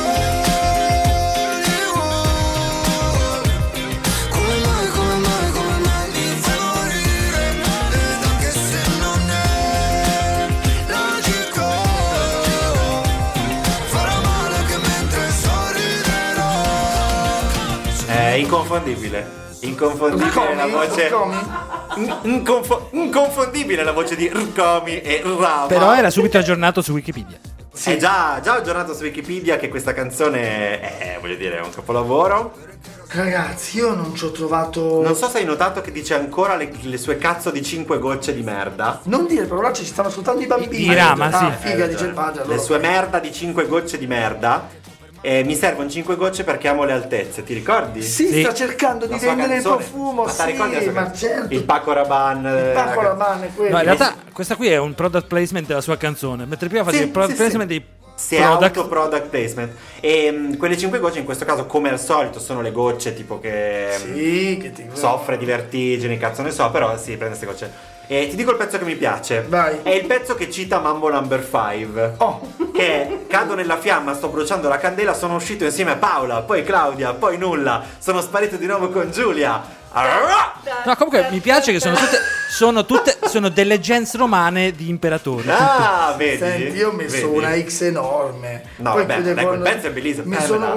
inconfondibile la voce inconfondibile la voce di Rcomi e Rama. Però era subito aggiornato su Wikipedia. Sì. È già aggiornato su Wikipedia che questa canzone è, voglio dire, è un capolavoro. Ragazzi, io non ci ho trovato. Non so se hai notato che dice ancora le sue cazzo di 5 gocce di merda. Non dire parolacce, ci stanno ascoltando i bambini. Di Rama, sì. Figa, dice il padre. Le sue merda di 5 gocce di merda. Mi servono 5 gocce perché amo le altezze, ti ricordi? Sì, sta cercando di vendere il profumo. Ma sì, ma certo. Il Paco Rabanne. Il Paco Rabanne, quello. No, in realtà questa qui è un product placement della sua canzone, mentre prima faceva il product placement dei product placement. E quelle 5 gocce in questo caso, come al solito, sono le gocce tipo che ti soffre di vertigini, cazzo ne so, però sì, prende queste gocce. E ti dico il pezzo che mi piace. Vai. È il pezzo che cita Mambo Number 5. Che è: cado nella fiamma, sto bruciando la candela, sono uscito insieme a Paola, poi Claudia, poi nulla, sono sparito di nuovo con Giulia. No, comunque mi piace che sono delle gens romane di imperatori. Vedi? Senti, io ho messo una X enorme. No, poi vabbè, quel pezzo è bellissimo. Mi sono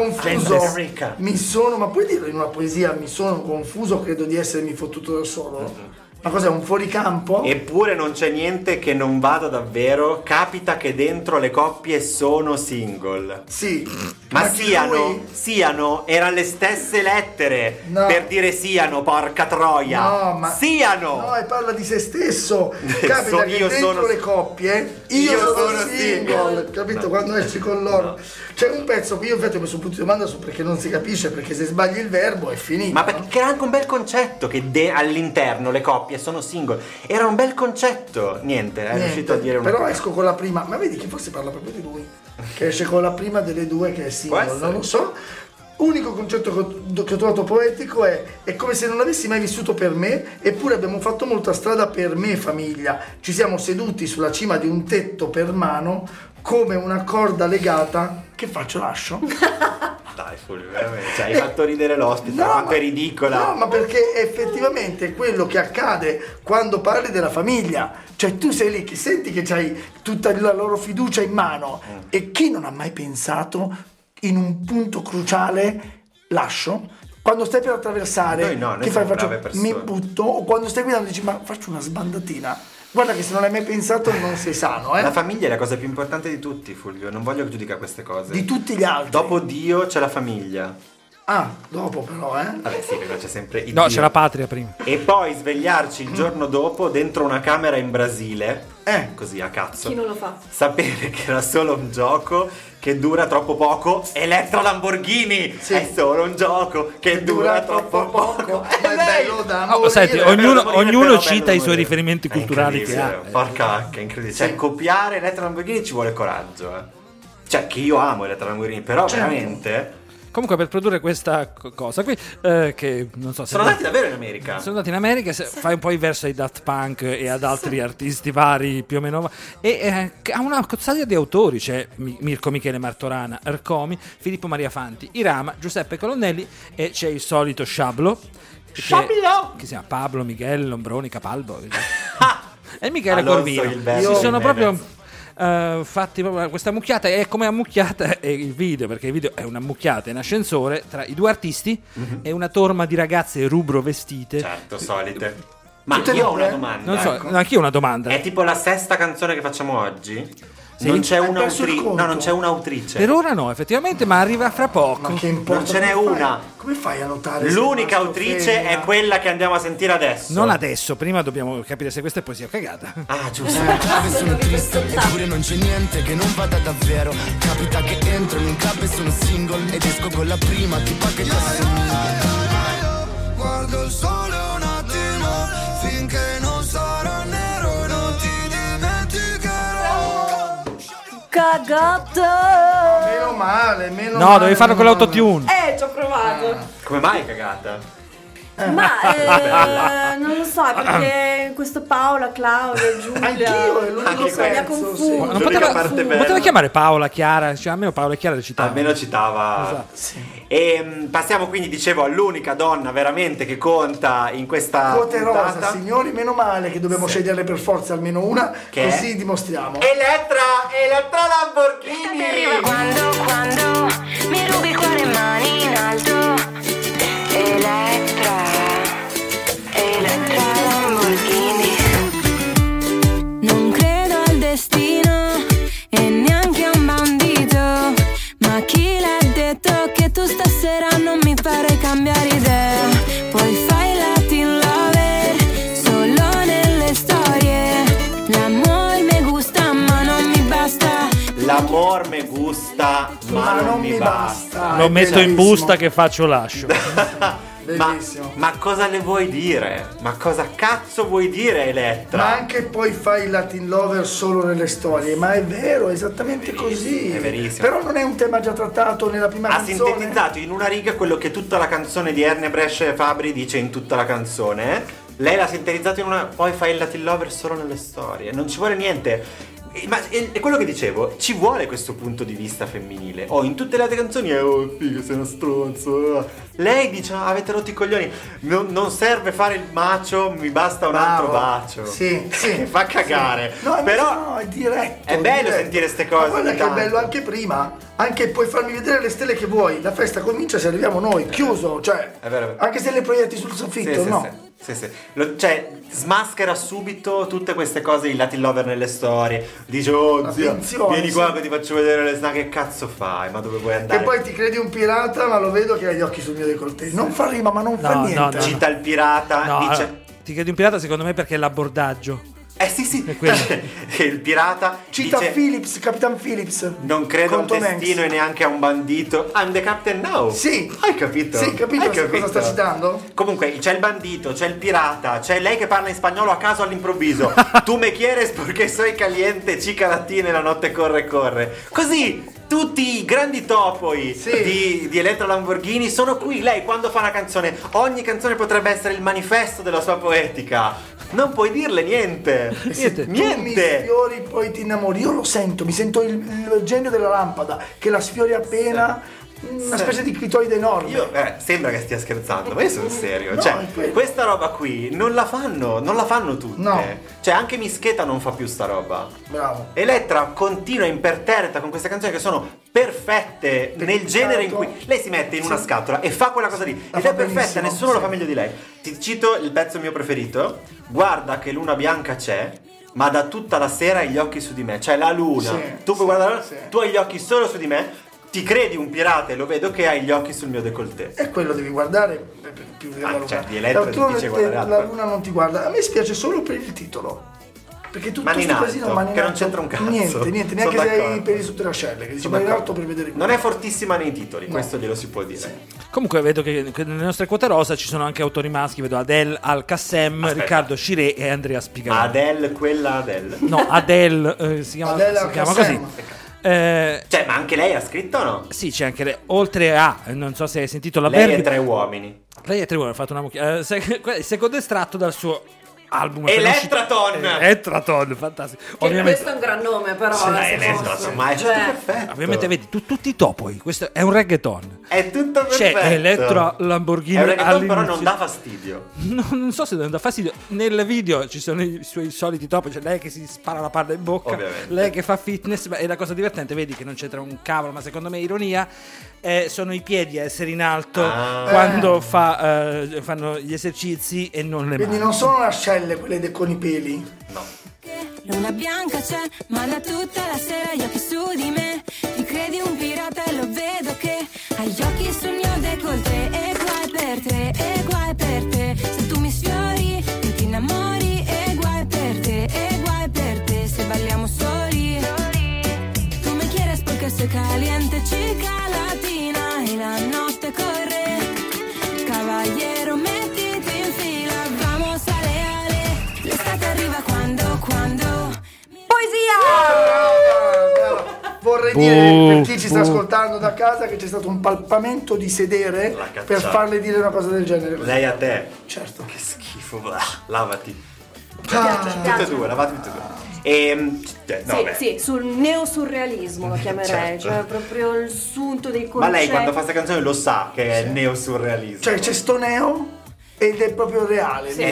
confuso. Ma puoi dirlo in una poesia? Mi sono confuso, credo di essermi fottuto da solo. Ma cos'è, un fuoricampo? Eppure non c'è niente che non vada davvero. Capita che dentro le coppie sono single. Sì. Ma siano, erano le stesse lettere per dire siano, porca troia. No, ma siano. No, e parla di se stesso. Capita che dentro le coppie io sono single. Capito? Quando esci con loro. No. C'è un pezzo che io infatti ho messo un punto di domanda su perché non si capisce, perché se sbagli il verbo è finito. Ma perché era anche un bel concetto che all'interno le coppie sono single. Era un bel concetto. Niente, è riuscito a dire una però esco con la prima. Ma vedi che forse parla proprio di lui, che esce con la prima delle due che è single. Non lo so. Unico concetto che ho trovato poetico è come se non avessi mai vissuto per me, eppure abbiamo fatto molta strada per me famiglia. Ci siamo seduti sulla cima di un tetto per mano come una corda legata. Che faccio, lascio? Dai, Fulvio, veramente. Cioè, hai fatto ridere l'ospite, quanto è ridicola. No, ma perché effettivamente è quello che accade quando parli della famiglia. Cioè tu sei lì che senti che c'hai tutta la loro fiducia in mano. E chi non ha mai pensato in un punto cruciale lascio? Quando stai per attraversare, che fai? Mi butto? O quando stai guidando dici ma faccio una sbandatina? Guarda che se non hai mai pensato non sei sano, La famiglia è la cosa più importante di tutti, Fulvio. Non voglio che giudica queste cose. Di tutti gli altri. Dopo Dio c'è la famiglia. Dopo però, Vabbè sì, perché c'è sempre No, c'è la patria prima. E poi svegliarci il giorno dopo dentro una camera in Brasile. Così a cazzo. Chi non lo fa? Sapere che era solo un gioco che dura troppo poco. Elettra Lamborghini! Sì. È solo un gioco che dura troppo poco. È bello da morire. Senti, ognuno cita i suoi riferimenti culturali che ha. Porca che incredibile. Cioè, copiare Elettra Lamborghini ci vuole coraggio, Cioè, che io amo Elettra Lamborghini, però veramente. Comunque per produrre questa cosa qui che non so se sono andati davvero in America. Sono andati in America, fai un po' verso ai Daft Punk e ad altri artisti vari più o meno e ha una cozzaglia di autori, c'è Mirko Michele Martorana, Rcomi, Filippo Maria Fanti, Irama, Giuseppe Colonnelli e c'è il solito Sciablo che si chiama Pablo, Michele, Lombroni, Capalbo e Michele Corvino. Si sono proprio fatti proprio questa mucchiata, e come ammucchiata è il video, perché il video è una mucchiata in ascensore tra i due artisti e una torma di ragazze rubro vestite, certo, solite. Ma io ho una domanda. Non so, anch'io ho una domanda. È tipo la sesta canzone che facciamo oggi? Sì? Non c'è un'autrice. Per ora no, effettivamente, ma arriva fra poco. Ma che importa? Non ce n'è una. Come fai a notare? L'unica autrice è quella che andiamo a sentire adesso. Non adesso, prima dobbiamo capire se questa è poesia cagata. Ah, giusto. Sono triste, eppure non c'è niente che non vada davvero. Capita che entro in un club e sono single ed esco con la prima tipa che ti assomiglia. Guardo il sole un attimo finché non sarà nero e non ti dimenticherò. Cagata! Meno male. No, dovevi farlo con l'autotune. Ci ho provato. Come mai cagata? Ma non lo so, perché questo Paola, Claudia, Giulia. Anch'io, è l'unico Anche mi ha pezzo, confuso. sì. Non L'unica parte bella. poteva chiamare Paola, Chiara, cioè almeno Paola e Chiara le citava. Almeno citava. Esatto. Sì. E passiamo quindi, dicevo, all'unica donna veramente che conta in questa Quote rosa, puntata. signori, meno male che dobbiamo sceglierne per forza almeno una, Che è? così dimostriamo. Elettra Lamborghini. Quando mi rubi il cuore mani in alto. Elettra Lamborghini. Non credo al destino e neanche a un bandito, ma chi l'ha detto che tu stasera non mi farai cambiare idea? Poi fai Latin lover solo nelle storie. L'amor me gusta ma non mi basta. L'amor me gusta, ma non mi basta. Lo metto in busta che faccio lascio. Bellissimo. Ma cosa le vuoi dire? Ma cosa cazzo vuoi dire, Elettra? Ma anche poi fai il Latin lover solo nelle storie, ma è vero, è esattamente così. È verissimo. Però non è un tema già trattato nella prima Ha canzone. sintetizzato in una riga quello che tutta la canzone di Erne Brescia e Fabri dice in tutta la canzone. Lei l'ha sintetizzato in una. Poi fai il Latin lover solo nelle storie. Non ci vuole niente. Ma è quello che dicevo, ci vuole questo punto di vista femminile. In tutte le altre canzoni è figa, sei uno stronzo. Lei dice avete rotto i coglioni, non serve fare il macio, mi basta un altro bacio. Sì. Fa cagare. Sì. No, però no, è diretto. è bello sentire ste cose. Ma guarda ogni che è tanto. bello anche prima. Anche puoi farmi vedere le stelle che vuoi. La festa comincia se arriviamo noi, chiuso. Cioè, È vero. anche se le proietti sul soffitto, no? Sì. Cioè, smaschera subito tutte queste cose, il Latin lover nelle storie. Dice, zia, Attenzione, vieni qua sì. che ti faccio vedere le snack. Che cazzo fai? Ma dove vuoi andare? E poi ti credi un pirata, ma lo vedo che hai gli occhi sul mio décolleté. Non fa rima, ma non fa niente. no. Cita il pirata, No, dice... allora, ti credi un pirata secondo me perché è l'abbordaggio. Sì. È quello. Il pirata Cita dice, Phillips, Capitan Phillips. non credo a un Con Tom destino Hanks. e neanche a un bandito. I'm the captain now. Sì. Hai capito? Sì, capito Hai cosa sta citando? Comunque c'è il bandito, c'è il pirata, c'è lei che parla in spagnolo a caso all'improvviso. Tu me quieres porque soy caliente, chica latina e la notte corre. Così tutti i grandi topoi di Elettra Lamborghini sono qui. Lei quando fa una canzone, ogni canzone potrebbe essere il manifesto della sua poetica. Non puoi dirle niente. Tu mi sfiori poi ti innamori. Io lo sento, mi sento il genio della lampada che la sfiori appena. Una specie di clitoide enorme. Sembra che stia scherzando, ma io sono serio. No, cioè, è quello. questa roba qui non la fanno tutte. No. Cioè, anche Mischeta non fa più sta roba. Bravo. Elettra continua imperterrita con queste canzoni che sono perfette nel genere in cui lei si mette in una scatola e fa quella cosa lì. Ed è perfetta, benissimo, nessuno lo fa meglio di lei. Ti cito il pezzo mio preferito. Guarda che luna bianca c'è, ma da tutta la sera hai gli occhi su di me. Cioè la luna. Tu puoi guardare, tu hai gli occhi solo su di me. Ti credi un pirata e lo vedo che hai gli occhi sul mio décolleté. E quello devi guardare più della luna. Cioè, di Elettra è difficile guardare altro. La luna non ti guarda. A me spiace solo per il titolo. Perché tutto Mani in sto alto, casino mani in che non alto, c'entra un cazzo. Niente, neanche Sono se hai d'accordo. i peli sotto le ascelle, che dici Sono mani in d'accordo. alto per vedere. Non è fortissima nei titoli, questo glielo si può dire. Comunque vedo che nelle nostre quote rosa ci sono anche autori maschi. Vedo Adele Al-Kassem, Riccardo Sciré e Andrea Spigarelli. Adele, quella Adele. No, Adele si chiama così. Cioè, ma anche lei ha scritto o no? Sì, c'è anche lei. Oltre a, non so se hai sentito la Lei Verdi. è Tre uomini. Lei è Tre uomini, ha fatto una il secondo estratto dal suo album Elettraton. Elettraton, fantastico. Che questo è un gran nome, però. Elettraton, ma è tutto perfetto. Ovviamente vedi, tutti i topoi. Questo è un reggaeton. È tutto perfetto. C'è Elettra Lamborghini. È un reggaeton, però all'inizio. non dà fastidio. Non so se non dà fastidio. Nel video ci sono i suoi soliti topi. C'è lei che si spara la palla in bocca. Ovviamente. Lei che fa fitness. E la cosa divertente, vedi che non c'entra un cavolo, ma secondo me è ironia. Sono i piedi a essere in alto quando fanno gli esercizi e non le mani. Quindi non sono le ascelle quelle con i peli? No. Luna bianca c'è, ma da tutta la sera gli occhi su di me. Ti credi un pirata e lo vedo che hai gli occhi sul mio décolleté. E guai per te, e guai per te. Se tu mi sfiori, io ti innamori. E guai per te, e guai per te. Se balliamo soli. Tu me quieres porque soy caliente, chica latina. E la notte corre. Caballero, mettiti in fila. Vamos ale. L'estate arriva quando. Poesia! Vorrei dire per chi ci sta ascoltando da casa che c'è stato un palpamento di sedere per farle dire una cosa del genere. Lei a te. Certo. Che schifo. Lavati. Tutte e due, lavati tutte e due. Sì, sul neosurrealismo lo chiamerei, Certo. cioè proprio il sunto dei concetti. Ma lei quando fa questa canzone lo sa che è il neosurrealismo. Cioè c'è sto neo ed è proprio reale. È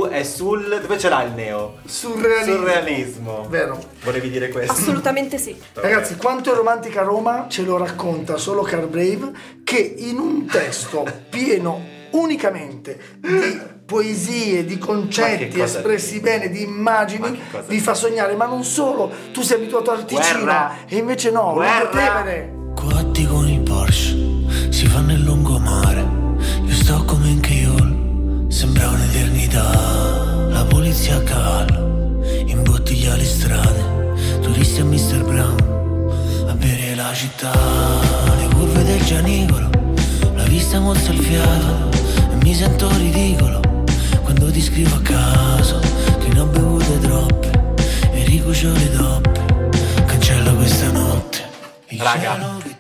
sul dove ce l'ha il neo? Surrealismo. Vero. Volevi dire questo? Assolutamente sì. Ragazzi, quanto è romantica Roma ce lo racconta solo Carl Brave, che in un testo pieno unicamente di poesie, di concetti espressi bene, di immagini, vi fa sognare. Ma non solo, tu sei abituato al Ticino e invece no, Tevere. Quatti con il Porsche si fa nel lungomare. Io sto come in Cheiol, sembra un'eternità. La polizia a cavallo imbottiglia le strade, turisti a Mr. Brown a bere la città. Le curve del Gianicolo, la vista mozza il fiato e mi sento ridicolo quando ti scrivo a caso che ne ho bevute troppe e ricucio le toppe. Cancella questa notte. Raga,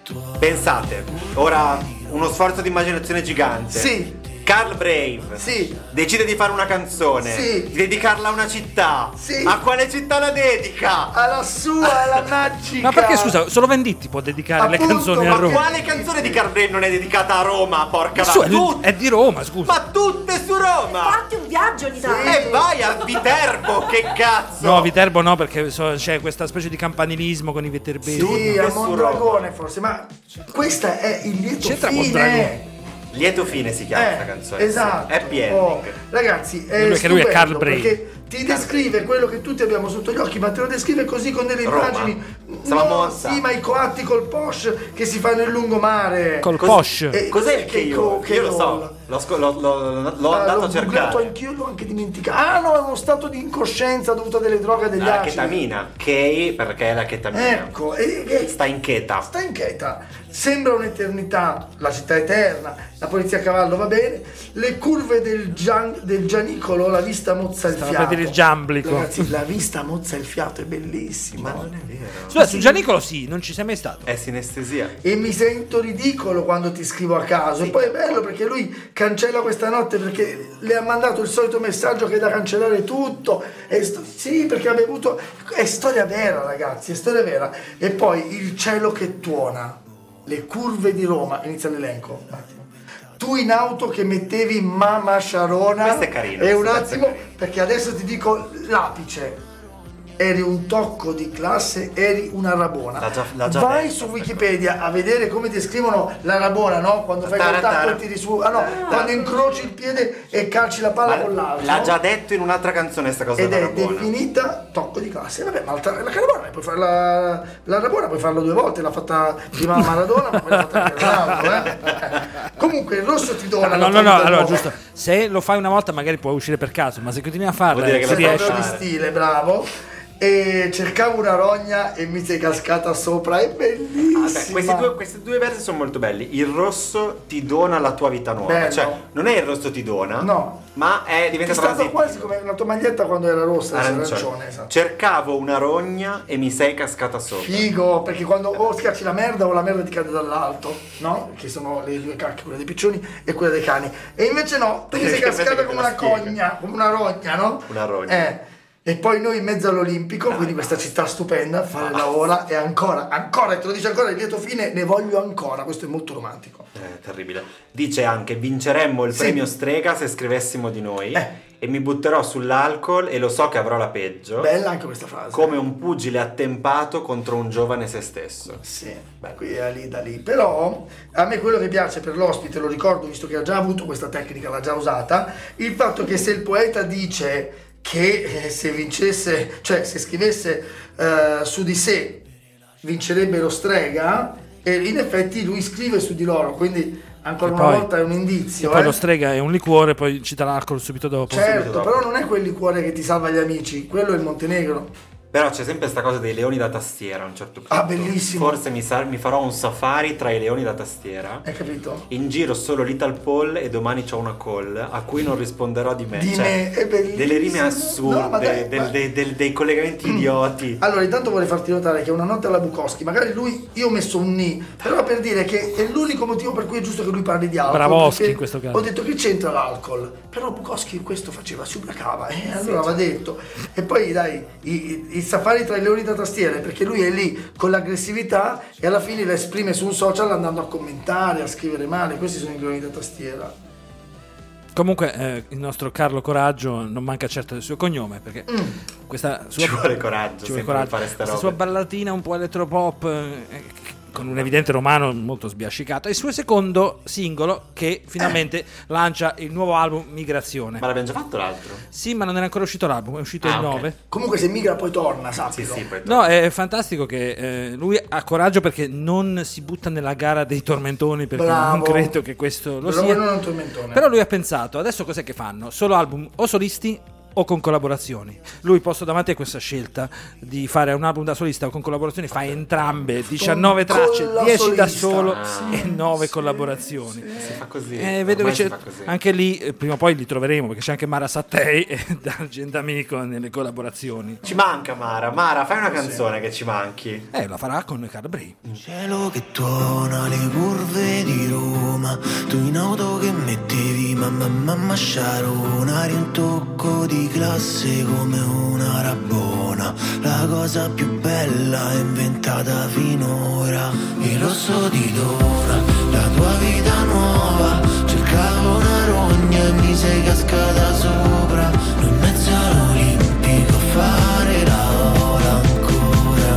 pensate, ora uno sforzo di immaginazione gigante. Sì. Carl Brave decide di fare una canzone, di dedicarla a una città. A quale città la dedica? Alla sua, alla magica. Ma perché scusa, solo Venditti può dedicare le canzoni a Roma? Ma quale canzone di Carl Brave non è dedicata a Roma, porca è di Roma, scusa. Ma tutte su Roma. Fatti un viaggio in Italia. E vai a Viterbo, che cazzo. No, Viterbo no, perché c'è questa specie di campanilismo con i viterbesi. Sì, a Mondragone forse, ma questa è il lieto fine. Lieto fine si chiama questa canzone. Esatto. Happy ending. Ragazzi, perché lui è Carl Brave. Perché ti descrive quello che tutti abbiamo sotto gli occhi, ma te lo descrive così con delle immagini. Sì, ma i coatti col Porsche che si fanno il lungomare. Col Porsche. Cos'è il Cheiol? Io lo so. L'ho andato a cercare. Anch'io l'ho anche dimenticato. Ah no, è uno stato di incoscienza dovuto a delle droghe, degli acidi. Chetamina. K perché è la chetamina. Ecco. Sta in cheta. Sembra un'eternità, la città eterna, la polizia a cavallo va bene, le curve del Gianicolo, la vista mozza il fiato. Per il Giamblico. Ragazzi, la vista mozza il fiato è bellissima. Ma non è vero. Scusa, su Gianicolo non ci sei mai stato. È sinestesia. E mi sento ridicolo quando ti scrivo a caso. E poi è bello perché lui cancella questa notte perché le ha mandato il solito messaggio che è da cancellare tutto. Sì, perché ha bevuto. È storia vera, ragazzi, è storia vera. E poi il cielo che tuona. Le curve di Roma, inizia l'elenco. Tu in auto che mettevi Mamma Sharona. Questo è carino. E un attimo, perché adesso ti dico l'apice. Eri un tocco di classe, eri una rabona. Vai su Wikipedia a vedere come descrivono la rabona, no? Quando fai contatto e tiri su. Ah no, quando incroci il piede e calci la palla con l'altro. L'ha già detto in un'altra canzone sta cosa. Ed è definita tocco di classe. Vabbè, ma la rabona puoi farla. La rabona puoi farla due volte, l'ha fatta prima Maradona, ma poi l'ha fatta anche l'altro, Comunque il rosso ti dona. No, allora giusto. Se lo fai una volta magari può uscire per caso, ma se continui a farlo si riesce. Di stile, bravo. E cercavo una rogna e mi sei cascata sopra, è bellissima. Questi due versi sono molto belli. Il rosso ti dona la tua vita nuova. Bello. Cioè, non è il rosso ti dona, no, ma diventa transitivo. quasi come la tua maglietta quando era rossa, arancione, esatto. Cercavo una rogna e mi sei cascata sopra. Figo, perché quando o schiacci la merda o la merda ti cade dall'alto, no? Che sono le due cacche, quella dei piccioni e quella dei cani. E invece no, tu mi sei cascata come una cogna, come una rogna, no? Una rogna. E poi noi in mezzo all'Olimpico, quindi questa città stupenda, fare la ola e ancora, e te lo dice ancora, il lieto fine, ne voglio ancora, questo è molto romantico. Terribile. Dice anche, vinceremmo il premio Strega se scrivessimo di noi e mi butterò sull'alcol e lo so che avrò la peggio. Bella anche questa frase. Come un pugile attempato contro un giovane se stesso. Sì, qui è lì da lì. Però a me quello che piace per l'ospite, lo ricordo visto che ha già avuto questa tecnica, l'ha già usata, il fatto che se il poeta dice che se vincesse, cioè se scrivesse su di sé vincerebbe lo Strega, e in effetti lui scrive su di loro, quindi ancora una volta è un indizio. Poi lo Strega è un liquore, poi cita l'alcol subito dopo. Certo, però non è quel liquore che ti salva gli amici, quello è il Montenegro. Però c'è sempre questa cosa dei leoni da tastiera a un certo punto. Ah, bellissimo. Forse mi farò un safari tra i leoni da tastiera. Hai capito? In giro solo Little Paul e domani c'ho una call a cui non risponderò di me. Di me, è bellissimo. Delle rime assurde, dei collegamenti idioti. Allora, intanto vorrei farti notare che Una notte alla Bukowski, magari lui, io ho messo un ni, però per dire che è l'unico motivo per cui è giusto che lui parli di alcol. Bravoschi in questo caso. Ho detto che c'entra l'alcol, però Bukowski questo faceva, si ubriacava, e allora va detto. E poi dai, i safari tra i leoni da tastiere, perché lui è lì con l'aggressività e alla fine la esprime su un social andando a commentare, a scrivere male. Questi sono i leoni da tastiera. Comunque il nostro Carlo Coraggio non manca certo del suo cognome, perché questa sua, ci vuole coraggio, fare questa sua ballatina un po' elettropop con un evidente romano molto sbiascicato, è il suo secondo singolo che finalmente lancia il nuovo album Migrazione. Ma l'abbiamo già fatto l'altro? Sì, ma non era ancora uscito l'album, è uscito il 9. Comunque se migra poi torna, sappilo. Sì, poi torna. No, è fantastico che lui ha coraggio, perché non si butta nella gara dei tormentoni, perché non credo che questo lo sia. Non è un tormentone. Però lui ha pensato, adesso cos'è che fanno? Solo album o solisti o con collaborazioni. Lui, posto davanti a questa scelta di fare un album da solista o con collaborazioni, fa entrambe, 19 tracce, 10 da solo e 9 collaborazioni. Si fa così. Vedo che c'è anche lì, prima o poi li troveremo, perché c'è anche Mara Sattei e D'Argentamico nelle collaborazioni. Ci manca Mara, fai una canzone che ci manchi. La farà con Carbrei. Cielo che tuona le curve di Roma, tu in auto che mettevi mamma sciaronare, un tocco di classe come una rabbona, la cosa più bella inventata finora, il rosso di Dora, la tua vita nuova, cercavo una rogna e mi sei cascata sopra, in mezzo all'Olimpico a fare la ola ancora.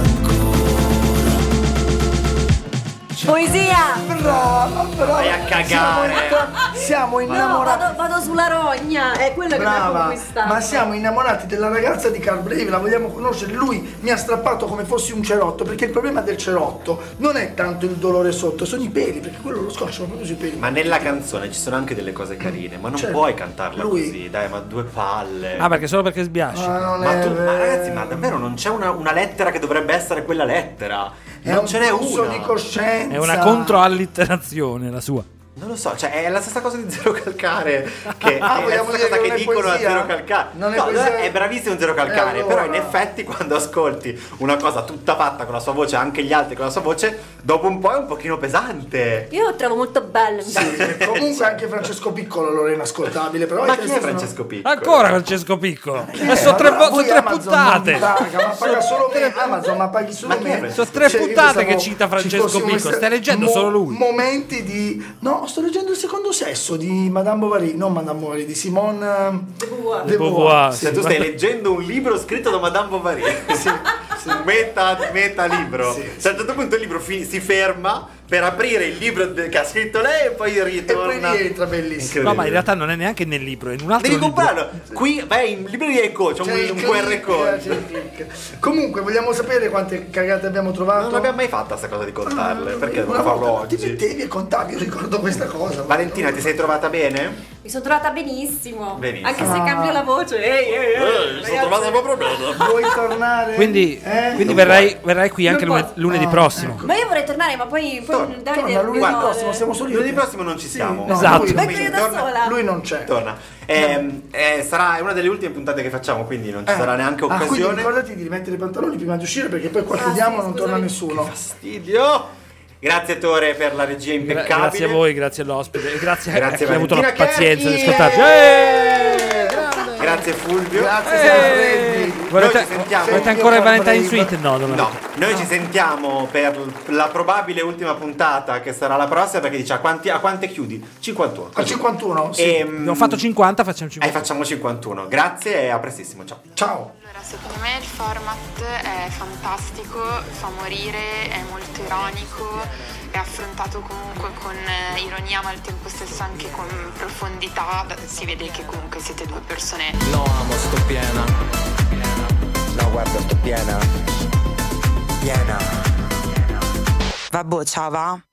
Poesia! Brava! Vai a cagare! Siamo innamorati. No, vado sulla rogna, è quello che mi ha conquistato. Ma siamo innamorati della ragazza di Carbrei, la vogliamo conoscere. Lui mi ha strappato come fossi un cerotto, perché il problema del cerotto non è tanto il dolore sotto, sono i peli, perché quello lo scocciano proprio sui peli. Ma nella canzone ci sono anche delle cose carine, ma non puoi cantarla così, dai, ma due palle. Perché solo perché sbiasci. Ma ragazzi, ma davvero non c'è una lettera che dovrebbe essere quella lettera? Non ce n'è una. Di coscienza. È una controallitterazione la sua. Non lo so, cioè è la stessa cosa di Zero Calcare, che è la vogliamo stessa dire cosa che che non è dicono poesia? a Zero Calcare. Non è no, poesia? è bravissimo Zero Calcare, allora. però in effetti quando ascolti una cosa tutta fatta con la sua voce, anche gli altri con la sua voce, dopo un po' è un pochino pesante. Io lo trovo molto bello. Sì, comunque anche Francesco Piccolo lo è inascoltabile, però ma chi è Francesco Piccolo? Ancora Francesco Piccolo? Sono tre puntate. Ma paga solo me, Amazon, ma paghi solo me. Sono 3 puntate che cita Francesco Piccolo. Stai leggendo solo lui. Momenti di... No, sto leggendo Il secondo sesso di Madame Bovary, non Madame Bovary, di Simone de Beauvoir. Tu stai leggendo un libro scritto da Madame Bovary. Sì. Meta libro. Sì. A un certo punto il libro si ferma per aprire il libro che ha scritto lei e poi ritorna. E poi rientra, bellissimo. No, ma in realtà non è neanche nel libro, è in un altro Devi libro. comprarlo. Qui vai in libreria Eco, c'è un QR code. Comunque vogliamo sapere quante cagate abbiamo trovato? Non l'abbiamo mai fatta sta cosa di contarle, perché dobbiamo farlo oggi? Ti mettevi e contavi, io ricordo questa cosa. Valentina, ti sei trovata bene? Mi sono trovata benissimo. Benissimo. Anche se cambio la voce. Mi sono trovata proprio bene. Vuoi tornare? Quindi verrai qui anche lunedì prossimo. Ma io vorrei tornare, ma poi Davide lunedì prossimo siamo soli. Lunedì prossimo non ci siamo. Esatto. Lui non c'è. Torna. Sarà una delle ultime puntate che facciamo, quindi non ci sarà neanche occasione. Quindi ricordati di rimettere i pantaloni prima di uscire, perché poi qua chiudiamo non torna nessuno. Che fastidio. Grazie Tore per la regia impeccabile. Grazie a voi, grazie all'ospite e grazie a chi ha avuto la Valentina pazienza di Cherchi. ascoltarci. Grazie Fulvio. Grazie Freddi. Volete ancora il Valentine Suite? No, noi ci sentiamo per la probabile ultima puntata, che sarà la prossima, perché dice a quante chiudi? 51. A 51? Sì. Abbiamo fatto 50, facciamo 51. Facciamo 51. Grazie e a prestissimo. Ciao. Ciao. Secondo me il format è fantastico, fa morire, è molto ironico è affrontato comunque con ironia ma al tempo stesso anche con profondità. Si vede che comunque siete due persone. No amo, sto piena. No guarda, sto piena. Piena. Vabbè, ciao va.